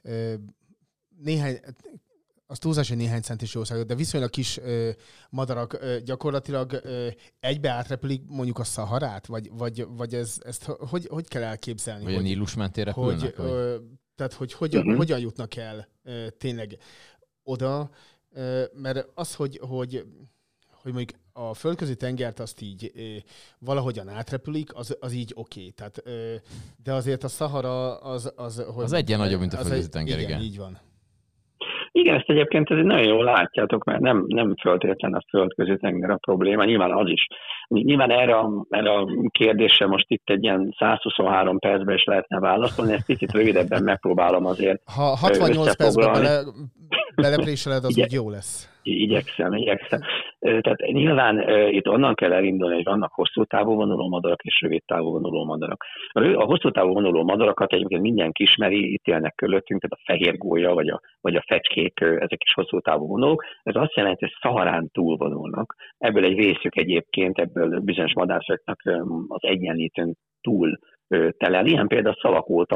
néhány, az túlzás, hogy néhány centis jószágot, de viszonylag kis madarak gyakorlatilag egybe átrepülik mondjuk a Szaharát? Vagy ezt hogy kell elképzelni? Vagy a Nílus mentén repülnek? Tehát, hogy hogyan jutnak el tényleg oda, mert az, hogy mondjuk a földközi tengert azt így valahogyan átrepülik, az így oké. Tehát, de azért a Szahara az egyen nagyobb, mint a földközi tenger, igen. Így van. Igen, ezt egyébként nagyon jól látjátok, mert nem föltétlen a földközi tenger a probléma, nyilván az is. Nyilván erre a kérdésre most itt egy ilyen 123 percben is lehetne válaszolni, ezt picit rövidebben megpróbálom azért. Ha 68 percben belepréseled, az úgy jó lesz. Igyekszem. Tehát nyilván itt onnan kell elindulni, hogy vannak hosszú távú vonuló madarak és rövid távú vonuló madarak. A hosszú távú vonuló madarakat egyébként mindenki ismeri, itt élnek körülöttünk, tehát a fehér gólya vagy a fecskék, ezek is hosszú távú vonulók. Ez azt jelenti, hogy Szaharán túl vonulnak. Ebből egy részük egyébként, ebből bizonyos madárfajoknak az egyenlítőn túl telel. Ilyen például a szalakót,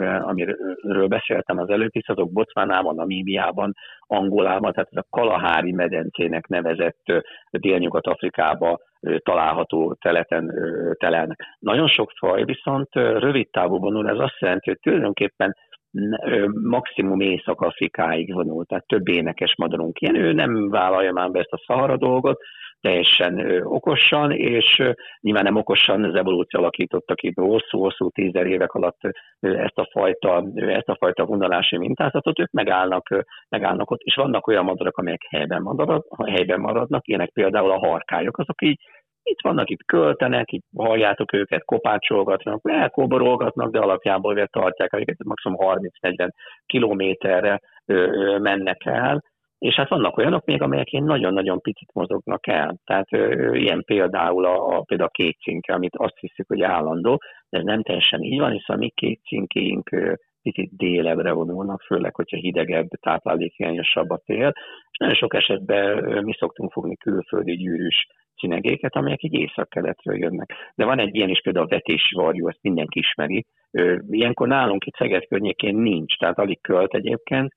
amiről beszéltem az előbb, hisz azok Bocvánában, Namíbiában, Angolában, tehát ez a Kalahári medencének nevezett Délnyugat-Afrikában található területen telelnek. Nagyon sok faj viszont rövid távú vonul, ez azt jelenti, hogy tulajdonképpen maximum Észak-Afrikáig vonul, tehát több énekes madarunk ilyen. Ő nem vállalja már be ezt a Szahara dolgot, teljesen okosan, és nyilván nem okosan, az evolúció alakította ki hosszú 10 évek alatt ezt a fajta vonulási mintázatot, ők megállnak ott, és vannak olyan madarak, amelyek helyben maradnak, ilyenek például a harkályok, azok így itt vannak, itt költenek, itt halljátok őket, kopácsolgatnak, elkóborolgatnak, de alapjából tartják, amiket maximum 30-40 kilométerre mennek el, és hát vannak olyanok még, amelyek ilyen nagyon-nagyon picit mozognak el. Tehát ilyen például például a kétcinke, amit azt hiszük, hogy állandó, de ez nem teljesen így van, hiszen a mi kétcinkéink picit délebbre vonulnak, főleg, hogyha hidegebb, táplálékhiányosabb a tél, és nagyon sok esetben mi szoktunk fogni külföldi gyűrűs cinegéket, amelyek így észak-keletről jönnek. De van egy ilyen is, például a vetési varjú, ezt mindenki ismeri. Ilyenkor nálunk itt Szeged környékén nincs, tehát alig költ egyébként,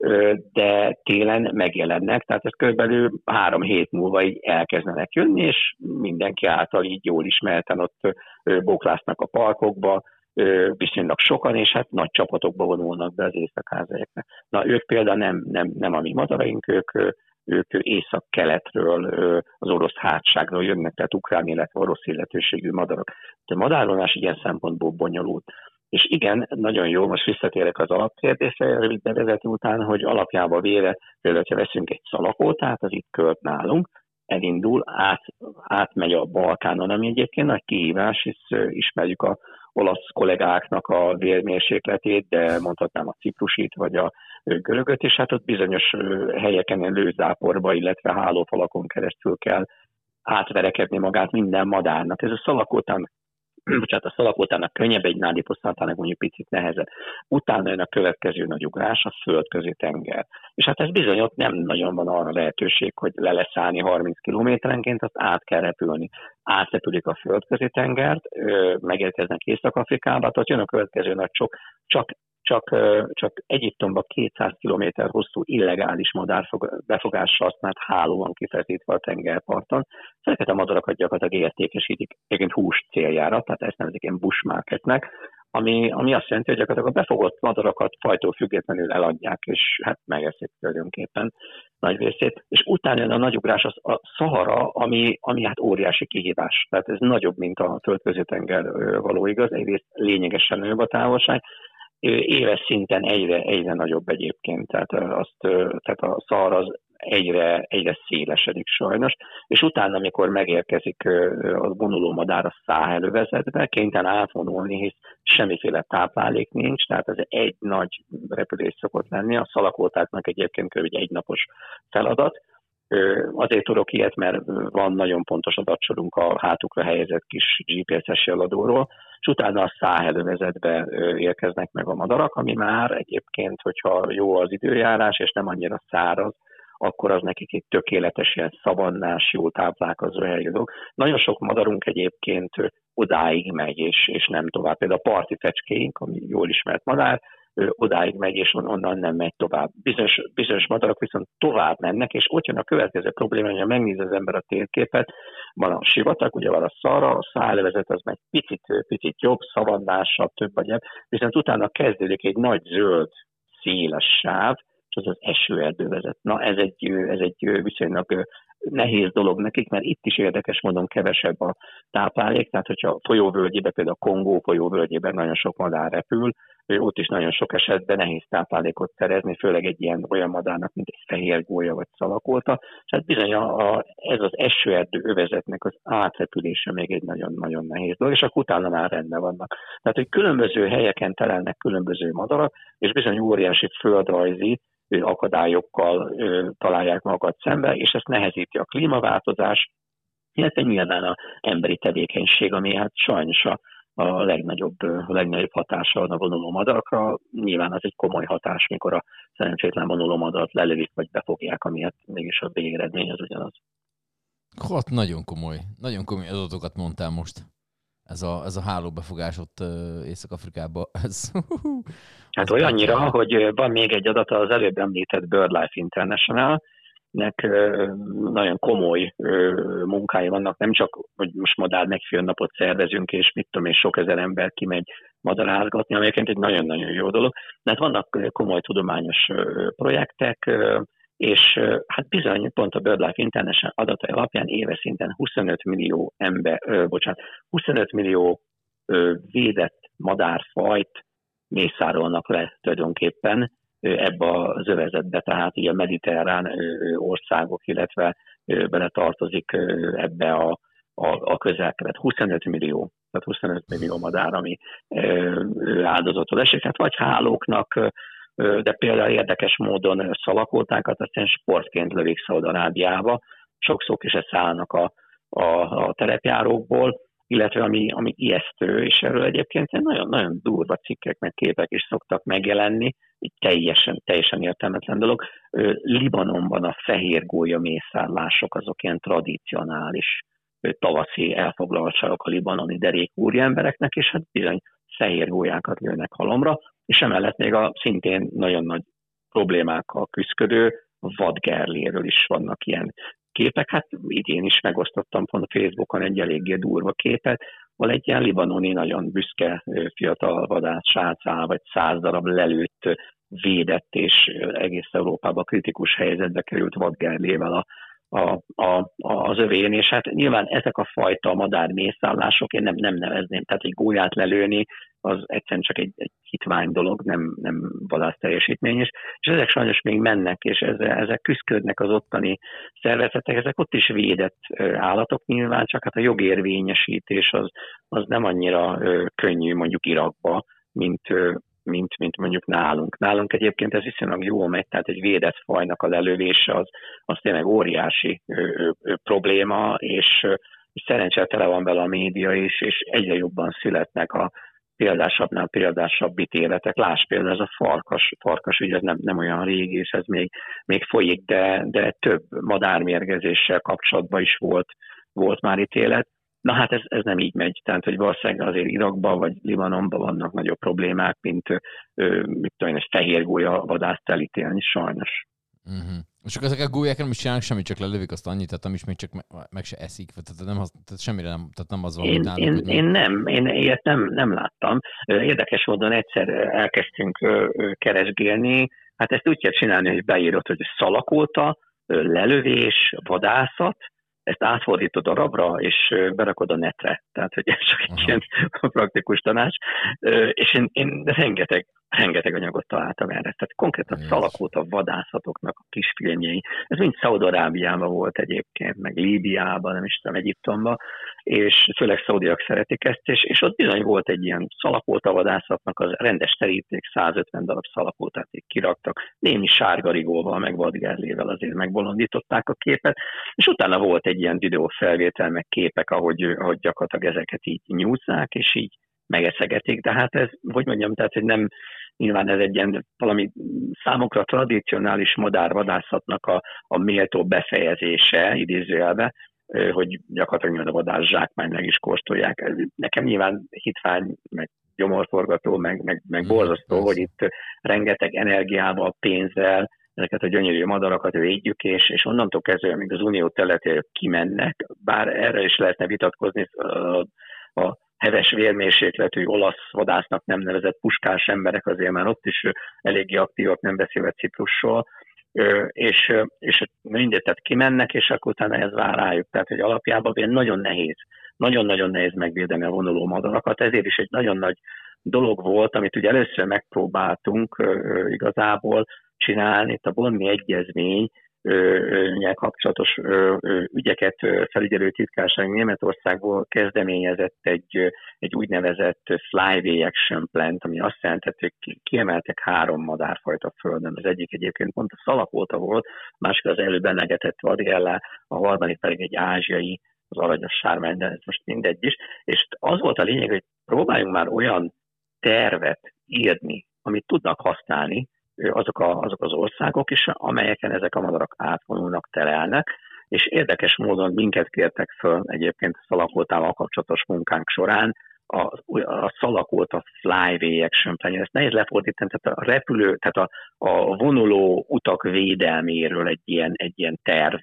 de télen megjelennek, tehát ez körülbelül 3 hét múlva így elkezdenek jönni, és mindenki által így jól ismerten ott bóklásznak a parkokba, viszonylag sokan, és hát nagy csapatokba vonulnak be az észak-ázsiaiaknak. Na, ők például nem a mi madaraink, ők észak-keletről, az orosz hátságról jönnek, tehát ukrán, illetve orosz illetőségű madarak. De madárvonás ilyen szempontból bonyolult. És igen, nagyon jó, most visszatérek az alapkérdésre, rövid bevezető után, hogy alapjába véve, például, ha veszünk egy szalakótát, az itt költ nálunk, elindul, átmegy a Balkánon, ami egyébként nagy kihívás, hisz ismerjük az olasz kollégáknak a vérmérsékletét, de mondhatnám a ciprusit, vagy a görögöt, és hát ott bizonyos helyeken lőzáporba, illetve hálófalakon keresztül kell átverekedni magát minden madárnak. Ez a szalakótán a szalakótának könnyebb, egy nádiposztáltának mondjuk picit nehezebb. Utána jön a következő nagy ugrás, a földközi tenger. És hát ez bizony ott nem nagyon van arra lehetőség, hogy le lesz állni 30 kilométerenként, azt át kell repülni. Átrepülik a földközi tengert, megérkeznek Észak-Afrikába, tehát jön a következő nagy csak Egyiptomban 200 km hosszú illegális madárbefogásra használt háló van kifeszítve a tengerparton. Ezeket a madarakat gyakorlatilag értékesítik egyébként hús céljára, tehát ezt nevezik ilyen bushmarketnek, ami azt jelenti, hogy gyakorlatilag a befogott madarakat fajtól függetlenül eladják, és hát megeszik tulajdonképpen nagy részét. És utána jön a nagyugrás a Szahara, ami hát óriási kihívás. Tehát ez nagyobb, mint a földközi-tenger való igaz, egyrészt lényegesen nagyobb a távolság, éves szinten egyre nagyobb egyébként, tehát a Szahara az egyre szélesedik sajnos, és utána, amikor megérkezik a vonuló madár a Száhel övezetbe, kénytelen átvonulni, hisz semmiféle táplálék nincs, tehát ez egy nagy repülés szokott lenni, a szalakótáknak egyébként kb. Egy napos feladat. Azért tudok ilyet, mert van nagyon pontos adatsorunk a hátukra helyezett kis GPS-es jeladóról, és utána a Száhel övezetbe érkeznek meg a madarak, ami már egyébként, hogyha jó az időjárás, és nem annyira száraz, akkor az nekik egy tökéletes ilyen szavannás, jól táplálkozó helyedok. Nagyon sok madarunk egyébként odáig megy, és nem tovább. Például a parti fecskéink, ami jól ismert madár, odáig megy, és onnan nem megy tovább. Bizonyos madarak viszont tovább mennek, és ott jön a következő probléma, hogy ha megnéz az ember a térképet, van a sivatag, ugye van a Szahara, a Száhelövezet az meg picit jobb, szavannásabb, több vagy ebb, viszont utána kezdődik egy nagy zöld, széles sáv, és az esőerdővezet. Na ez egy viszonylag nehéz dolog nekik, mert itt is érdekes módon kevesebb a táplálék, tehát hogyha folyóvölgyében, például a Kongó folyóvölgyében nagyon sok madár repül, ott is nagyon sok esetben nehéz táplálékot szerezni, főleg egy ilyen olyan madárnak, mint egy fehér gólya vagy szalakóta, és hát bizony ez az esőerdő övezetnek az átrepülése még egy nagyon-nagyon nehéz dolog, és akkor utána már rendben vannak. Tehát, hogy különböző helyeken telelnek különböző madarak, és bizony óriási földrajzi akadályokkal találják magukat szembe, és ezt nehezíti a klímaváltozás, illetve nyilván az emberi tevékenység, ami hát sajnos a legnagyobb hatása van a vonuló madarakra. Nyilván az egy komoly hatás, mikor a szerencsétlen vonuló madarat lelövik, vagy befogják, ami hát mégis a végeredmény az ugyanaz. Hát nagyon komoly adatokat mondtál most. Ez a hálóbefogás ott Észak-Afrikában. Hát olyannyira, hogy van még egy adata az előbb említett BirdLife International-nek nagyon komoly munkái vannak, nem csak, hogy most madár megfigyelő napot szervezünk, és mit tudom én, sok ezer ember kimegy madarázgatni, ami egyébként egy nagyon-nagyon jó dolog. De hát vannak komoly tudományos projektek, és hát bizony pont a BirdLife International adatai alapján éves szinten 25 millió védett madárfajt mészárolnak le tulajdonképpen ebbe az övezetbe, tehát így a mediterrán országok, illetve bele tartozik ebbe a közel-kelet. 25 millió madár, ami áldozatul esik, hát vagy hálóknak, de például érdekes módon szalakótákat aztán sportként lövik Szaúd-Arábiába, sokszor is szállnak a terepjárókból, illetve ami ijesztő, és erről egyébként nagyon durva cikkek, meg képek is szoktak megjelenni, egy teljesen értelmetlen dolog. Libanonban a fehér gólya mészárlások azok ilyen tradicionális tavaszi elfoglaltságok a libanoni derék úriembereknek, és hát bizony fehér gólyákat lőnek halomra, és emellett még a szintén nagyon nagy problémákkal küszködő vadgerléről is vannak ilyen képek. Hát idén is megosztottam pont a Facebookon egy eléggé durva képet, ahol egy ilyen libanoni nagyon büszke fiatal vadász srác vagy 100 darab lelőtt, védett és egész Európában kritikus helyzetbe került vadgerlével az övén, és hát nyilván ezek a fajta madármészállások, én nem nevezném, tehát egy gólyát lelőni, az egyszerűen csak egy hitvány dolog, nem vadász teljesítmény is, és ezek sajnos még mennek, és ezek küszködnek az ottani szervezetek, ezek ott is védett állatok nyilván, csak hát a jogérvényesítés az nem annyira könnyű mondjuk Irakba, mint mondjuk nálunk. Nálunk egyébként ez viszonylag jól megy, tehát egy védett fajnak a lelövése az tényleg óriási probléma, és szerencsére tele van vele a média is, és egyre jobban születnek a példásabbnál példásabb ítéletek. Lásd például ez a farkas ügy, ez nem olyan régi, és ez még folyik, de több madármérgezéssel kapcsolatban is volt már ítélet. Na hát ez nem így megy, tehát hogy valószínűleg azért Irakban vagy Libanonban vannak nagyobb problémák, mint mit tudom én, egy fehér gólya vadászt elítélni, sajnos. Uh-huh. És akkor ezek a gólyák nem is csinálnak semmit, csak lelövik azt annyit, tehát is még csak meg se eszik, tehát semmire nem, tehát nem az van, amit náluk. Én ilyet nem láttam. Érdekes módon egyszer elkezdtünk keresgélni, hát ezt úgy kell csinálni, hogy beírod, hogy szalakóta, lelövés, vadászat, ezt átfordítod arabra, és berakod a netre. Tehát, hogy ez csak egy ilyen praktikus tanács. És én rengeteg anyagot találtam erre. Tehát konkrétan szalakóta vadászatoknak a kisfilmjei. Ez mind Szaúd-Arábiában volt egyébként, meg Líbiában, nem is tudom, Egyiptomban, és főleg szaudiak szeretik ezt, és ott bizony volt egy ilyen szalakóta vadászatnak az rendes teríték, 150 darab szalakótát kiraktak, némi sárgarigóval, meg vadgerlével azért megbolondították a képet, és utána volt egy ilyen videófelvétel, meg képek, ahogy gyakorlatilag ezeket így nyújtják, és így megeszegetik, de hát ez, hogy mondjam, tehát, hogy nem, nyilván ez egy ilyen valami számukra tradicionális madárvadászatnak a méltó befejezése, idézőjelbe, hogy gyakorlatilag a vadászsák meg is kóstolják. Nekem nyilván hitvány, meg gyomorforgató, meg borzasztó, hogy itt rengeteg energiával, pénzzel ezeket a gyönyörű madarakat védjük, és onnantól kezdve, amíg az unió területére kimennek, bár erre is lehetne vitatkozni, a heves vérmérsékletű olasz vadásznak nem nevezett puskás emberek azért már ott is eléggé aktívak, nem beszélve Ciprusról, és mindegy, tehát kimennek, és akkor utána ez vár rájuk. Tehát, hogy alapjában nagyon-nagyon nehéz megvédeni a vonuló madarakat, ezért is egy nagyon nagy dolog volt, amit ugye először megpróbáltunk igazából csinálni, itt a Bonni Egyezmény kapcsolatos ügyeket felügyelő titkárság Németországból kezdeményezett egy úgynevezett Flyway Action Plant, ami azt jelentett, hogy kiemeltek 3 madárfajta földön. Az egyik egyébként pont a szalakóta volt, a másik az előbb emlegetett vadgella, a harmadik pedig egy ázsiai, az aranyos sármány, de ez most mindegy is. És az volt a lényeg, hogy próbáljunk már olyan tervet írni, amit tudnak használni azok az országok is, amelyeken ezek a madarak átvonulnak, terelnek, és érdekes módon minket kértek föl egyébként a szalakótával kapcsolatos munkánk során, a szalakóta Flyway Action Plan, ezt nehéz lefordítani, tehát a repülő, tehát a vonuló utak védelméről egy ilyen terv,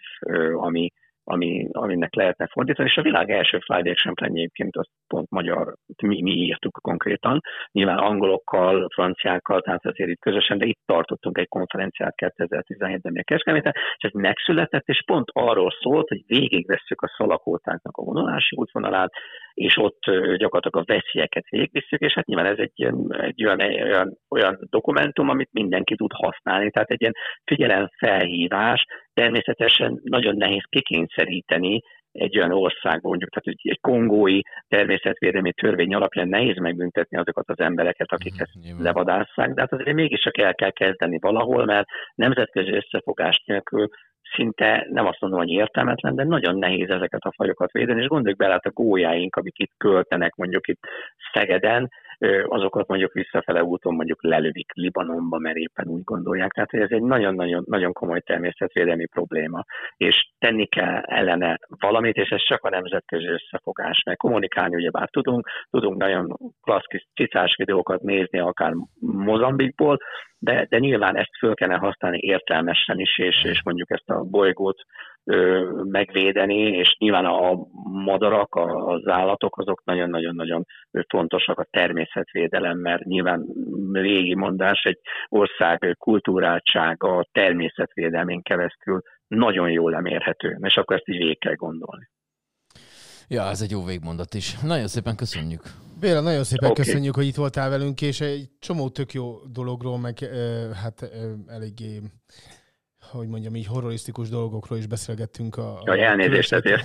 aminek lehetne fordítani, és a világ első Flyway Action Plan egyébként az pont magyar, mi írtuk konkrétan, nyilván angolokkal, franciákkal, tehát azért itt közösen, de itt tartottunk egy konferenciát 2017-ben még Kecskeméten, és ez megszületett, és pont arról szólt, hogy végigvesszük a szalakótáknak a vonulási útvonalát, és ott gyakorlatilag a veszélyeket végigvisszük, és hát nyilván ez egy olyan dokumentum, amit mindenki tud használni, tehát egy ilyen figyelemfelhívás, természetesen nagyon nehéz kikényszeríteni egy olyan országban, mondjuk, tehát egy kongói természetvédelmi törvény alapján nehéz megbüntetni azokat az embereket, akik ezt levadásszák, de hát azért mégiscsak el kell kezdeni valahol, mert nemzetközi összefogás nélkül szinte nem azt mondom, hogy értelmetlen, de nagyon nehéz ezeket a fajokat védeni, és gondoljuk bele, hát a gólyáink, amik itt költenek, mondjuk itt Szegeden, azokat mondjuk visszafele úton mondjuk lelövik Libanonba, mert éppen úgy gondolják. Tehát ez egy nagyon komoly természetvédelmi probléma, és tenni kell ellene valamit, és ez csak a nemzetközi összefogás, mert kommunikálni ugyebár tudunk nagyon klassz kis cicás videókat nézni, akár Mozambikból, de nyilván ezt föl kellene használni értelmesen is, és mondjuk ezt a bolygót megvédeni, és nyilván a madarak, az állatok, azok nagyon-nagyon fontosak a természetvédelem, mert nyilván régi mondás, egy ország kultúráltsága a természetvédelmén keresztül nagyon jól lemérhető, és akkor ezt így végig kell gondolni. Ja, ez egy jó végmondat is. Nagyon szépen köszönjük. Béla, nagyon szépen köszönjük, hogy itt voltál velünk, és egy csomó tök jó dologról, meg eléggé, hogy mondjam így, horrorisztikus dolgokról is beszélgettünk. Elnézést ezért.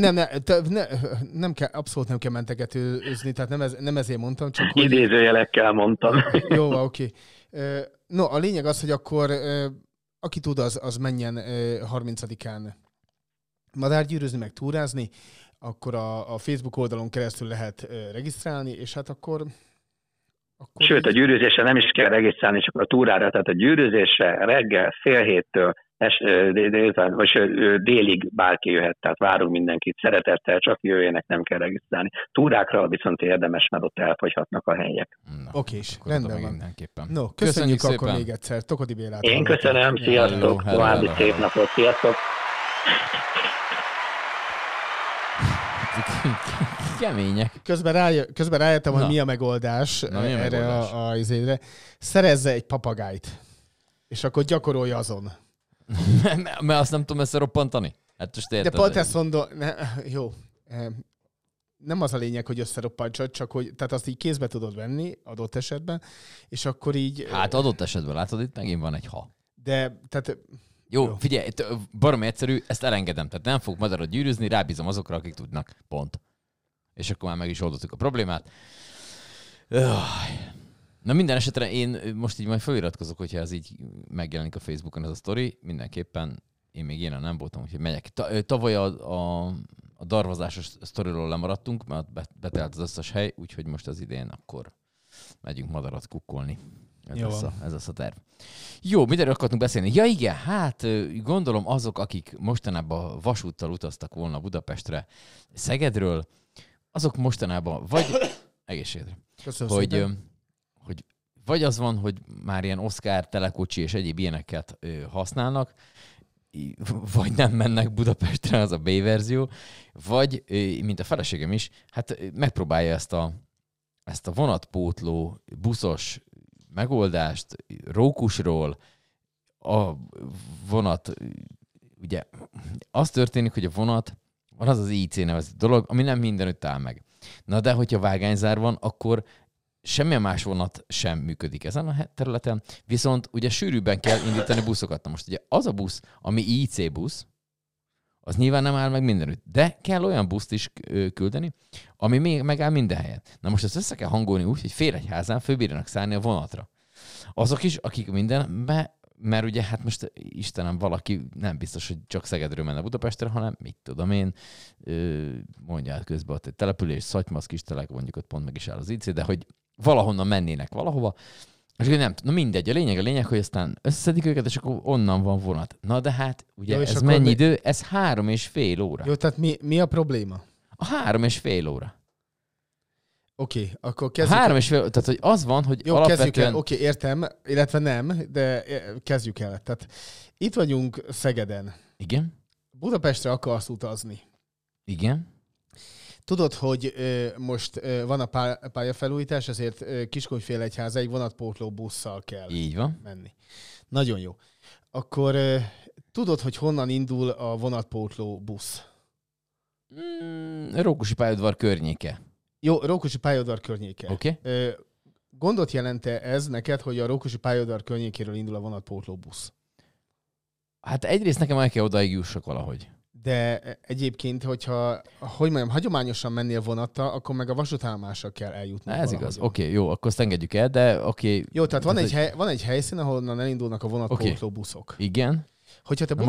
Nem kell, abszolút nem kell mentegetőzni, tehát nem ezért mondtam, csak hogy... Idézőjelekkel mondtam. Jó, oké. No, a lényeg az, hogy akkor aki tud, az menjen 30-án madárgyűrűzni, meg túrázni. akkor a Facebook oldalon keresztül lehet regisztrálni, és hát akkor Sőt, a gyűrűzésre nem is kell regisztrálni, csak a túrára, tehát a gyűrűzésre reggel 6:30-től délig bárki jöhet, tehát várunk mindenkit szeretettel, csak jöjjenek, nem kell regisztrálni. Túrákra viszont érdemes, mert ott elfogyhatnak a helyek. Oké, rendben van. Mindenképpen. No, köszönjük akkor még egyszer. Tokodi Bélát. Én köszönöm, sziasztok, további szép napot, sziasztok! Kemények. Közben rájöttem, hogy mi a megoldás erre a izére. Szerezze egy papagájt, és akkor gyakorolja azon. Mert azt nem tudom összeroppantani? Hát most érted. De pont ezt mondom, jó. Nem az a lényeg, hogy összeroppantsad, csak hogy tehát azt így kézbe tudod venni adott esetben, és akkor így... Hát adott esetben, látod, itt megint van egy ha. De, tehát... Jó, figyelj, baromi egyszerű, ezt elengedem. Tehát nem fog madarat gyűrűzni, rábízom azokra, akik tudnak. Pont. És akkor már meg is oldottuk a problémát. Na minden esetre én most így majd feliratkozok, hogyha ez így megjelenik a Facebookon ez a sztori. Mindenképpen én még ilyen nem voltam, úgyhogy megyek. Tavaly a darvazásos sztoriról lemaradtunk, mert betelt az összes hely, úgyhogy most az idén akkor megyünk madarat kukkolni. Ez lesz a terv. Jó, mindenről akartunk beszélni. Ja igen, hát gondolom azok, akik mostanában vasúttal utaztak volna Budapestre Szegedről, azok mostanában vagy egészségedre, hogy vagy az van, hogy már ilyen Oscar, telekocsi és egyéb ilyeneket használnak, vagy nem mennek Budapestre, az a B-verzió, vagy, mint a feleségem is, hát megpróbálja ezt a vonatpótló, buszos megoldást Rókusról, a vonat, ugye az történik, hogy a vonat, van az IC nevezett dolog, ami nem mindenütt áll meg. Na de, hogyha vágányzár van, akkor semmilyen más vonat sem működik ezen a területen, viszont ugye sűrűbben kell indítani buszokat. Na most ugye az a busz, ami IC busz, az nyilván nem áll meg mindenütt, de kell olyan buszt is küldeni, ami még megáll minden helyen. Na most ezt össze kell hangolni úgy, hogy Félegyházán fölbírjanak szállni a vonatra. Azok is, akik mindenbe, mert ugye hát most Istenem, valaki nem biztos, hogy csak Szegedről menne Budapestre, hanem mit tudom én, mondjál közben ott egy település, Szatymaz, Kistelek, mondjuk ott pont meg is áll az IC, de hogy valahonnan mennének valahova, és nem, na mindegy, a lényeg, hogy aztán összeszedik őket, és akkor onnan van vonat. Na de hát, ugye jó, ez mennyi idő? Ez 3,5 óra. Jó, tehát mi a probléma? A 3,5 óra. Oké, akkor kezdjük. 3,5, tehát hogy az van, hogy jó, alapvetően... kezdjük el. Oké, értem, illetve nem, de kezdjük el. Tehát itt vagyunk Szegeden. Igen. Budapestre akarsz utazni. Igen. Tudod, hogy most van a pályafelújítás, ezért Kiskunfélegyházáig vonatpótló busszal kell így van menni. Nagyon jó. Akkor tudod, hogy honnan indul a vonatpótló busz? Rókusi pályaudvar környéke. Jó, Rókusi pályaudvar környéke. Oké. Gondot jelent-e ez neked, hogy a Rókusi pályaudvar környékéről indul a vonatpótló busz? Hát egyrészt nekem el kell odaig jussak valahogy. De egyébként, hogyha, hogy mondjam, hagyományosan mennél vonattal, akkor meg a vasútállomásra kell eljutni. Ez igaz. Oké, jó, akkor azt engedjük el, de oké. Jó, tehát van egy helyszín, ahonnan elindulnak a vonatpótló buszok. Igen. Hogyha te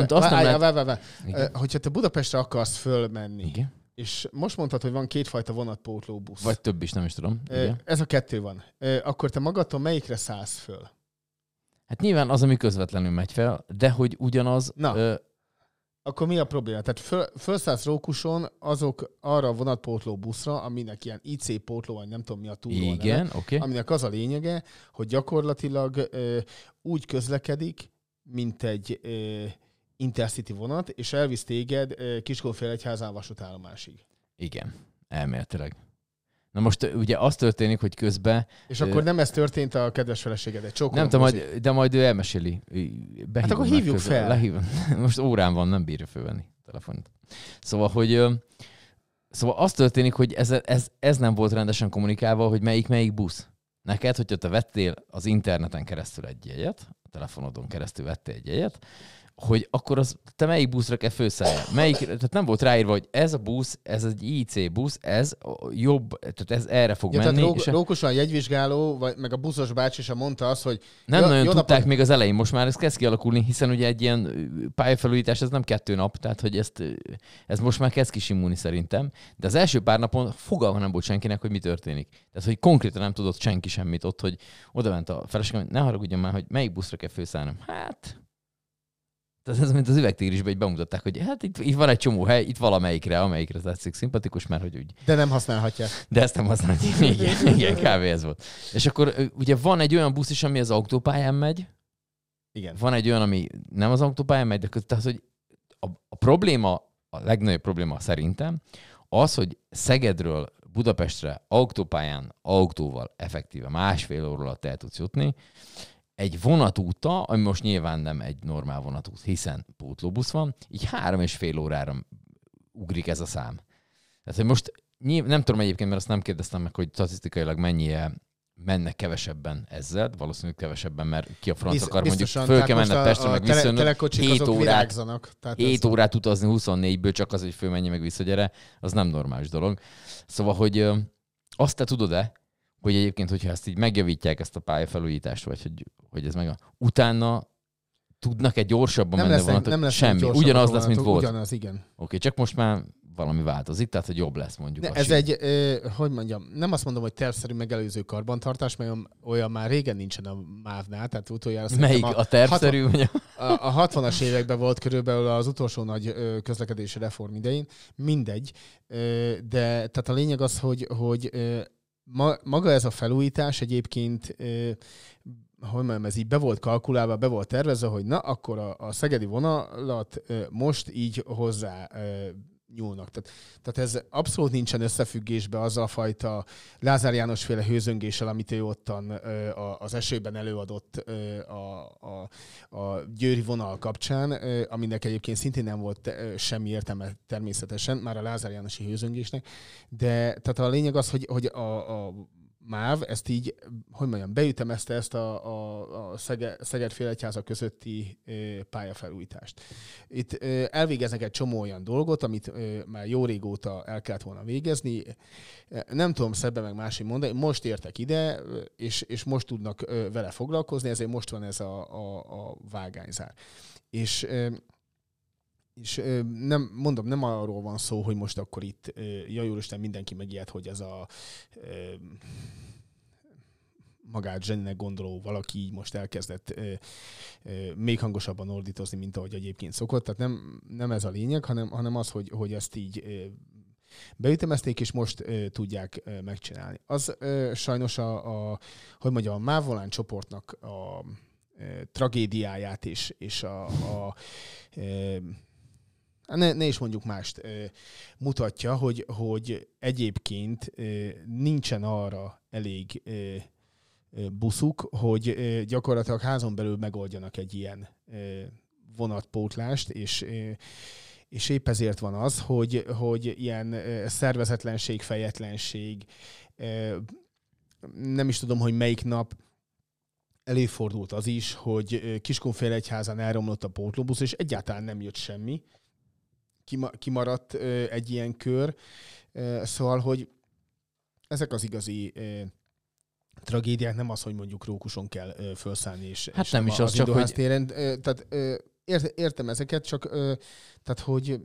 hogyha te Budapestre akarsz fölmenni, igen, és most mondtad, hogy van kétfajta vonatpótló busz. Vagy több is, nem is tudom. Ez a kettő van. Akkor te magadtól melyikre szállsz föl? Hát nyilván az, ami közvetlenül megy fel, de hogy ugyanaz... Na, akkor mi a probléma? Tehát felszállsz Rókuson azok arra a vonatpótló buszra, aminek ilyen IC pótló, vagy nem tudom mi a túlról neve, aminek az a lényege, hogy gyakorlatilag úgy közlekedik, mint egy Intercity vonat, és elvisz téged Kiskunfélegyházán vasútállomásig. Igen, elméletileg. Na most ugye az történik, hogy közben... És akkor nem ez történt a kedves feleségedet? Nem tudom, de majd ő elmeséli. Hát akkor hívjuk fel. Most órán van, nem bírja fölvenni a telefont. Szóval, az történik, hogy ez nem volt rendesen kommunikálva, hogy melyik busz. Neked, hogyha te vettél az interneten keresztül egy jegyet, a telefonodon keresztül vettél egy jegyet, hogy akkor te melyik buszra kell felszálljál. Tehát nem volt ráírva, hogy ez a busz, ez egy IC busz, ez jobb, tehát ez erre fog menni. Tehát Rókuson a jegyvizsgáló, meg a buszos bácsi sem mondta azt, hogy... Nem nagyon tudták még az elején, most már ez kezd kialakulni, hiszen ugye egy ilyen pályafelújítás, ez nem 2 nap, tehát hogy ez most már kezd kisimulni szerintem, de az első pár napon fogalma nem volt senkinek, hogy mi történik. Tehát, hogy konkrétan nem tudott senki semmit ott, hogy oda ment a feleségem, hogy ne haragudjon már, hogy melyik buszra kell felszállnom. Hát... Tehát ez, mint az Üvegtigrisben, így bemutatták, hogy hát itt van egy csomó hely, itt amelyikre tetszik, szimpatikus, mert hogy úgy... De nem használhatják. De ezt nem használhatják. Igen, kb. Ez volt. És akkor ugye van egy olyan busz is, ami az autópályán megy. Igen. Van egy olyan, ami nem az autópályán megy, de tehát, hogy a probléma, a legnagyobb probléma szerintem az, hogy Szegedről Budapestre autópályán, autóval effektíve 1,5 óra alatt el tudsz jutni, egy vonatúta, ami most nyilván nem egy normál vonatút, hiszen pótlóbusz van, így 3,5 órára ugrik ez a szám. Tehát, hogy most nem tudom egyébként, mert azt nem kérdeztem meg, hogy statisztikailag mennyire mennek kevesebben ezzel, valószínűleg kevesebben, mert ki a franc akar mondjuk föl kell menned Pestre, meg visszajönni. 7 órát utazni 24-ből csak az, hogy fölmenj meg visszagyere, az nem normális dolog. Szóval, hogy azt te tudod-e, hogy egyébként, hogyha ezt így megjavítják, ezt a pályafelújítást, vagy hogy ez meg utána tudnak-e gyorsabban menni vonatok? Semmi. Ugyanaz lesz, mint volt. Ugyanaz, igen. Oké, csak most már valami változik, tehát hogy jobb lesz mondjuk. Ez egy, hogy mondjam, nem azt mondom, hogy tervszerű megelőző karbantartás, mert olyan már régen nincsen a MÁV-nál, tehát utoljára melyik a tervszerű? A 60-as években volt körülbelül az utolsó nagy közlekedési reform idején, mindegy, de tehát a lényeg az, hogy maga ez a felújítás egyébként, hogy mondjam, ez így be volt kalkulálva, be volt tervezve, hogy na, akkor a szegedi vonalat most így hozzá nyúlnak. Tehát ez abszolút nincsen összefüggésbe azzal a fajta Lázár János féle hőzöngéssel, amit ő ottan az esőben előadott a győri vonal kapcsán, aminek egyébként szintén nem volt semmi értelme természetesen, már a Lázár Jánosi hőzöngésnek, de tehát a lényeg az, hogy a MÁV ezt így, hogy mondjam, beütemezte ezt a Szeged-Félegyháza közötti pályafelújítást. Itt elvégeznek egy csomó olyan dolgot, amit már jó régóta el kellett volna végezni. Nem tudom szebben meg másik mondani, most értek ide, és most tudnak vele foglalkozni, ezért most van ez a vágányzár. És nem, mondom, nem arról van szó, hogy most akkor itt, jaj úristen, mindenki megijed, hogy ez a magát zseninek gondoló valaki így most elkezdett még hangosabban ordítozni, mint ahogy egyébként szokott. Tehát nem ez a lényeg, hanem az, hogy ezt így beütemezték, és most tudják megcsinálni. Az sajnos hogy mondjam, a MÁV Volán csoportnak a tragédiáját és ne is mondjuk mást mutatja, hogy egyébként nincsen arra elég buszuk, hogy gyakorlatilag házon belül megoldjanak egy ilyen vonatpótlást, és épp ezért van az, hogy ilyen szervezetlenség, fejetlenség, nem is tudom, hogy melyik nap előfordult az is, hogy Kiskunfélegyházán elromlott a pótlóbusz, és egyáltalán nem jött semmi. Kimaradt egy ilyen kör. Szóval, hogy ezek az igazi tragédiák, nem az, hogy mondjuk Rókuson kell felszállni, és hát nem is az, csak hogy... téren. Tehát értem ezeket, csak tehát, hogy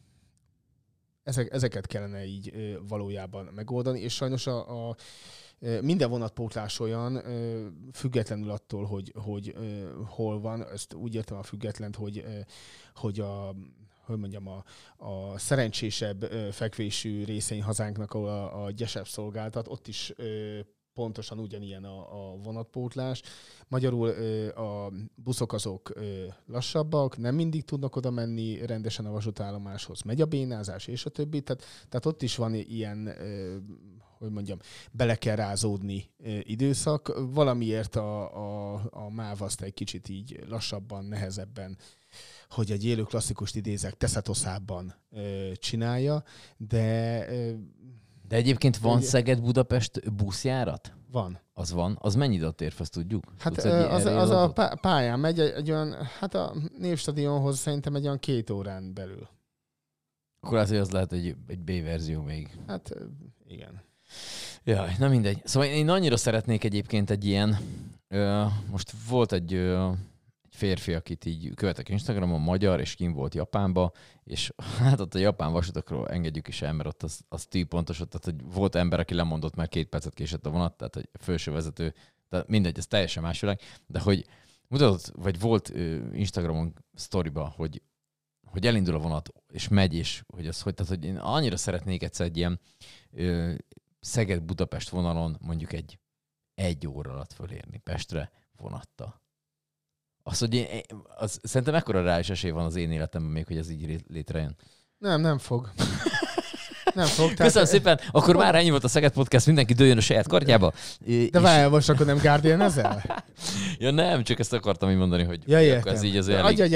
ezeket kellene így valójában megoldani, és sajnos minden vonatpótlás olyan, függetlenül attól, hogy hol van, ezt úgy értem a függetlent, hogy hogy mondjam, a szerencsésebb fekvésű részény hazánknak, ahol a gyesebb szolgáltat, ott is pontosan ugyanilyen a vonatpótlás. Magyarul a buszok azok lassabbak, nem mindig tudnak oda menni rendesen a vasútállomáshoz, megy a bénázás és a többi. Tehát ott is van ilyen, hogy mondjam, bele kell rázódni időszak. Valamiért a MÁV azt egy kicsit így lassabban, nehezebben, hogy egy élő klasszikust idézek, teszetoszában csinálja, de egyébként van Szeged-Budapest buszjárat? Van. Az van. Az mennyi időt ér, azt tudjuk? Hát az a pályán megy egy olyan, hát a Névstadionhoz szerintem egy olyan 2 órán belül. Akkor azért az lehet egy B-verzió még. Hát igen. Jaj, na mindegy. Szóval én annyira szeretnék egyébként egy ilyen, most volt egy férfi, akit így követek Instagramon, magyar, és kint volt Japánba, és hát ott a japán vasútokról engedjük is el, mert ott az tűpontos, tehát hogy volt ember, aki lemondott, mert 2 percet késett a vonat, tehát egy felső vezető, tehát mindegy, ez teljesen más világ, de hogy mutatott, vagy volt Instagramon sztoriba, hogy elindul a vonat, és megy, és hogy az, hogy, tehát, hogy én annyira szeretnék egyszer egy ilyen Szeged-Budapest vonalon mondjuk egy óra alatt fölérni Pestre vonattal. Az, hogy szerintem ekkora reális esély van az én életemben még, hogy ez így létrejön. Nem fog. Nem fog. Köszönöm szépen, akkor már ennyi volt a Szeged Podcast, mindenki dőljön a saját kardjába. De várjál, most akkor nem Guardian ezzel? Ja nem, csak ezt akartam így mondani, hogy akkor ez így az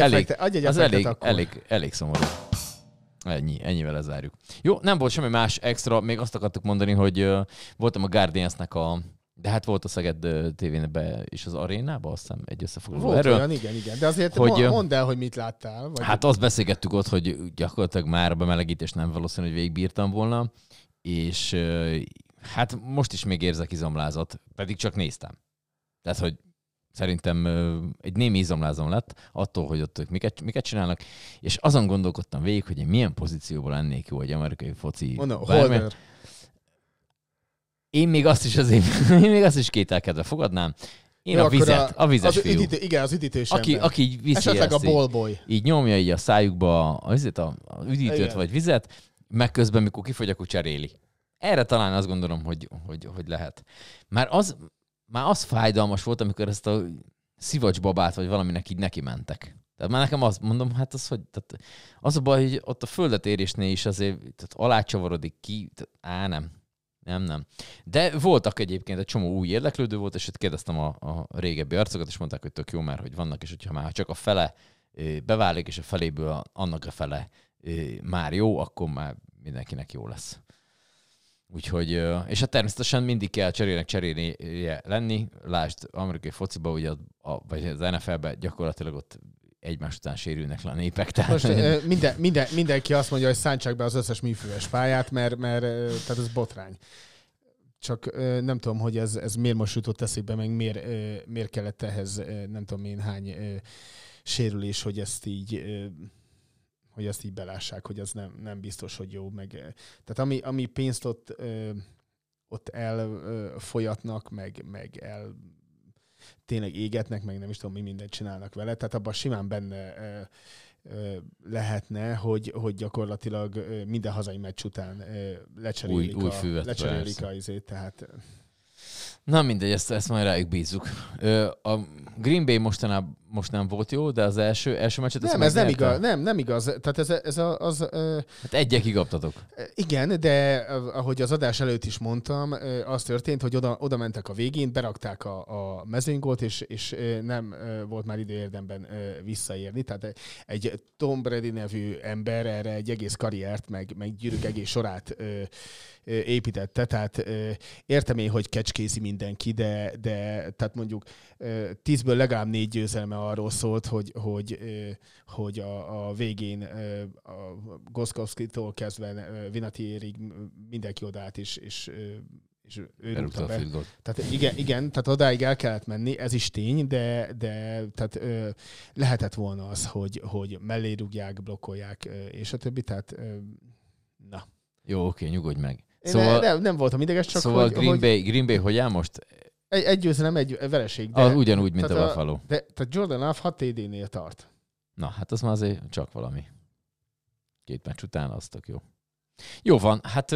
elég szomorú. Ennyivel lezárjuk. Jó, nem volt semmi más extra, még azt akartuk mondani, hogy voltam a Guardiansnek de hát volt a Szeged TV-ben és az arénában, azt hiszem egy összefoglaló. Volt erről, olyan, igen. De azért mondd el, hogy mit láttál. Vagy hát azt beszélgettük ott, hogy gyakorlatilag már a bemelegítés nem valószínű, hogy végigbírtam volna, és hát most is még érzek izomlázat, pedig csak néztem. Tehát, hogy szerintem egy némi izomlázom lett attól, hogy ott ők miket csinálnak, és azon gondolkodtam végig, hogy én milyen pozícióban lennék jó egy amerikai foci. Én még azt is kételkedve fogadnám. Én a vizes fiú. Az üdítős ember. Aki viszi esetleg a ballboy. Így nyomja így a szájukba az üdítőt vagy vizet, meg közben, mikor kifogy, akkor cseréli. Erre talán azt gondolom, hogy lehet. Már az fájdalmas volt, amikor ezt a szivacsbabát vagy valaminek így neki mentek. Tehát már nekem azt mondom, hát tehát az a baj, hogy ott a földet érésnél is azért alácsavarodik ki. Nem. De voltak egyébként, egy csomó új érdeklődő volt, és itt kérdeztem a régebbi arcokat, és mondták, hogy tök jó már, hogy vannak, és hogyha már csak a fele beválik, és a feléből annak a fele már jó, akkor már mindenkinek jó lesz. Úgyhogy, és hát természetesen mindig kell cserélnie lenni. Lásd, amerikai fociba, ugye, vagy az NFL-ben gyakorlatilag ott egymás után sérülnek le a népek. Tehát... Most mindenki azt mondja, hogy szántsák be az összes műfőves pályát, mert tehát ez botrány. Csak nem tudom, hogy ez miért most jutott eszébe, meg miért kellett ehhez nem tudom én hány sérülés, hogy ezt így belássák, hogy az nem biztos, hogy jó. Tehát ami pénzt ott elfolyatnak, meg tényleg égetnek, meg nem is tudom, mi mindent csinálnak vele. Tehát abban simán benne lehetne, hogy gyakorlatilag minden hazai meccs után lecserélik a izét, tehát... Na mindegy, ezt majd rájuk bízzuk. A Green Bay most nem volt jó, de az első meccset... Nem, ez nem igaz. Nem igaz. Tehát ez Hát egyekig kaptatok. Igen, de ahogy az adás előtt is mondtam, az történt, hogy oda mentek a végén, berakták a mezőnygólt, és nem volt már idő érdemben visszaérni. Tehát egy Tom Brady nevű ember erre egy egész karriert, meg gyűrűk egész sorát építette, tehát értem én, hogy kecskézi mindenki, de tehát mondjuk 10-ből legalább 4 győzelme arról szólt, hogy a végén a Gostkowski-tól kezdve Vinatierig mindenki odállt, és ő rúgta be. Tehát igen, tehát odáig el kellett menni, ez is tény, de tehát lehetett volna az, hogy mellé rúgják, blokkolják, és a többi, tehát na. Jó, oké, nyugodj meg. Szóval, nem voltam ideges, csak szóval Green Bay hogy áll most? Egy győzelem, egy vereség. Ugyanúgy, mint a Buffalo. Tehát Jordan Love 6 TD-nél tart. Na, hát az már azért csak valami. 2 meccs után az tök jó. Jó van, hát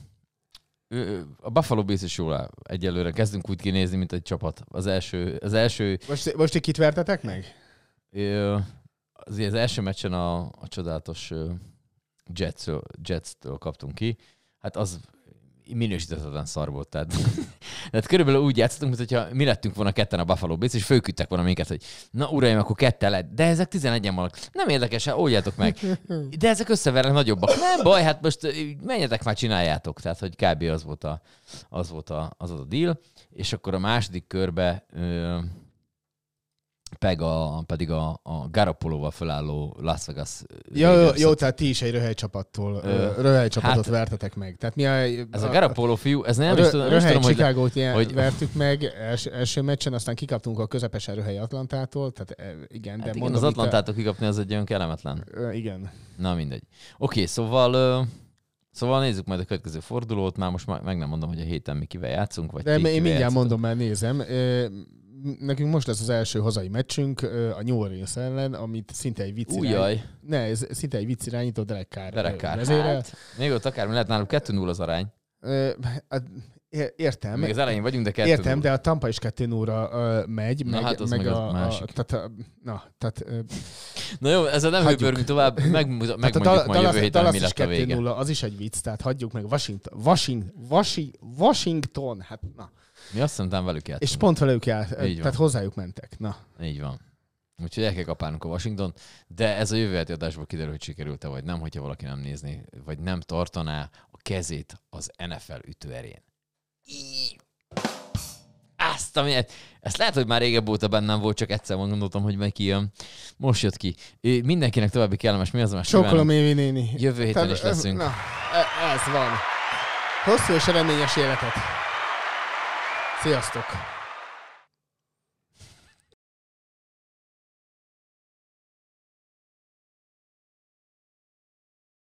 a Buffalo Bills is jól áll. Egyelőre kezdünk úgy kinézni, mint egy csapat. Az első... Most kit vertetek meg? Az első meccsen a csodálatos Jets-től kaptunk ki. Hát az minősítetlen szar volt. Tehát körülbelül úgy játszottunk, mintha mi lettünk volna ketten a Buffalo Bills, és fölküldtek volna minket, hogy na uraim, akkor ketten lett. De ezek 11-en vannak. Nem érdekes, oldjátok meg. De ezek összevernek nagyobbak. Nem baj, hát most menjetek már, csináljátok. Tehát, hogy kb. Az volt a deal. És akkor a második körbe pedig a Garoppolóval fölálló Las Vegas. Jó, tehát ti is egy röhelycsapatot vertetek meg. Tehát ez a Garoppolo fiú, ez nem is tudom, Chicagót vertük meg első meccsen, aztán kikaptunk a közepesen röhely Atlantától. Tehát igen, de hát mondom, az Atlantától kikapni az egy olyan kellemetlen. Igen. Na mindegy. Oké, szóval nézzük majd a következő fordulót. Már most meg nem mondom, hogy a héten mi kivel játszunk. Vagy de én mindjárt mondom, mert nézem. Nekünk most lesz az első hazai meccsünk a New Orleans ellen, amit szinte egy vicc ez szinte egy vicc irányító Derek Carr vezérel. Hát, még ott akármi lehet, náluk 2-0 az arány. Értem. Még az elején vagyunk, de 2-0. Értem, de a Tampa is 2-0-ra megy. Na hát az meg a másik. Na jó, ezzel nem hőbörgünk tovább, megmondjuk majd jövő héten, mi lett a vége. 2-0, az is egy vicc, tehát hagyjuk meg Washington, hát na. Mi azt hiszem, velük játszunk. És pont velük tehát hozzájuk mentek. Na. Így van. Úgyhogy el kell kapálnunk a Washington, de ez a jövő heti adásból kiderül, hogy sikerült-e vagy nem, hogyha valaki nem nézni, vagy nem tartaná a kezét az NFL ütőerén. Ezt lehet, hogy már régebb óta bennem volt, csak egyszer gondoltam, hogy meg kijön. Most jött ki. Mindenkinek további kellemes, mi az más? Csókolom, Évi néni. Jövő héten is leszünk. Na, ez van. Hosszú és eredményes életet. Sziasztok!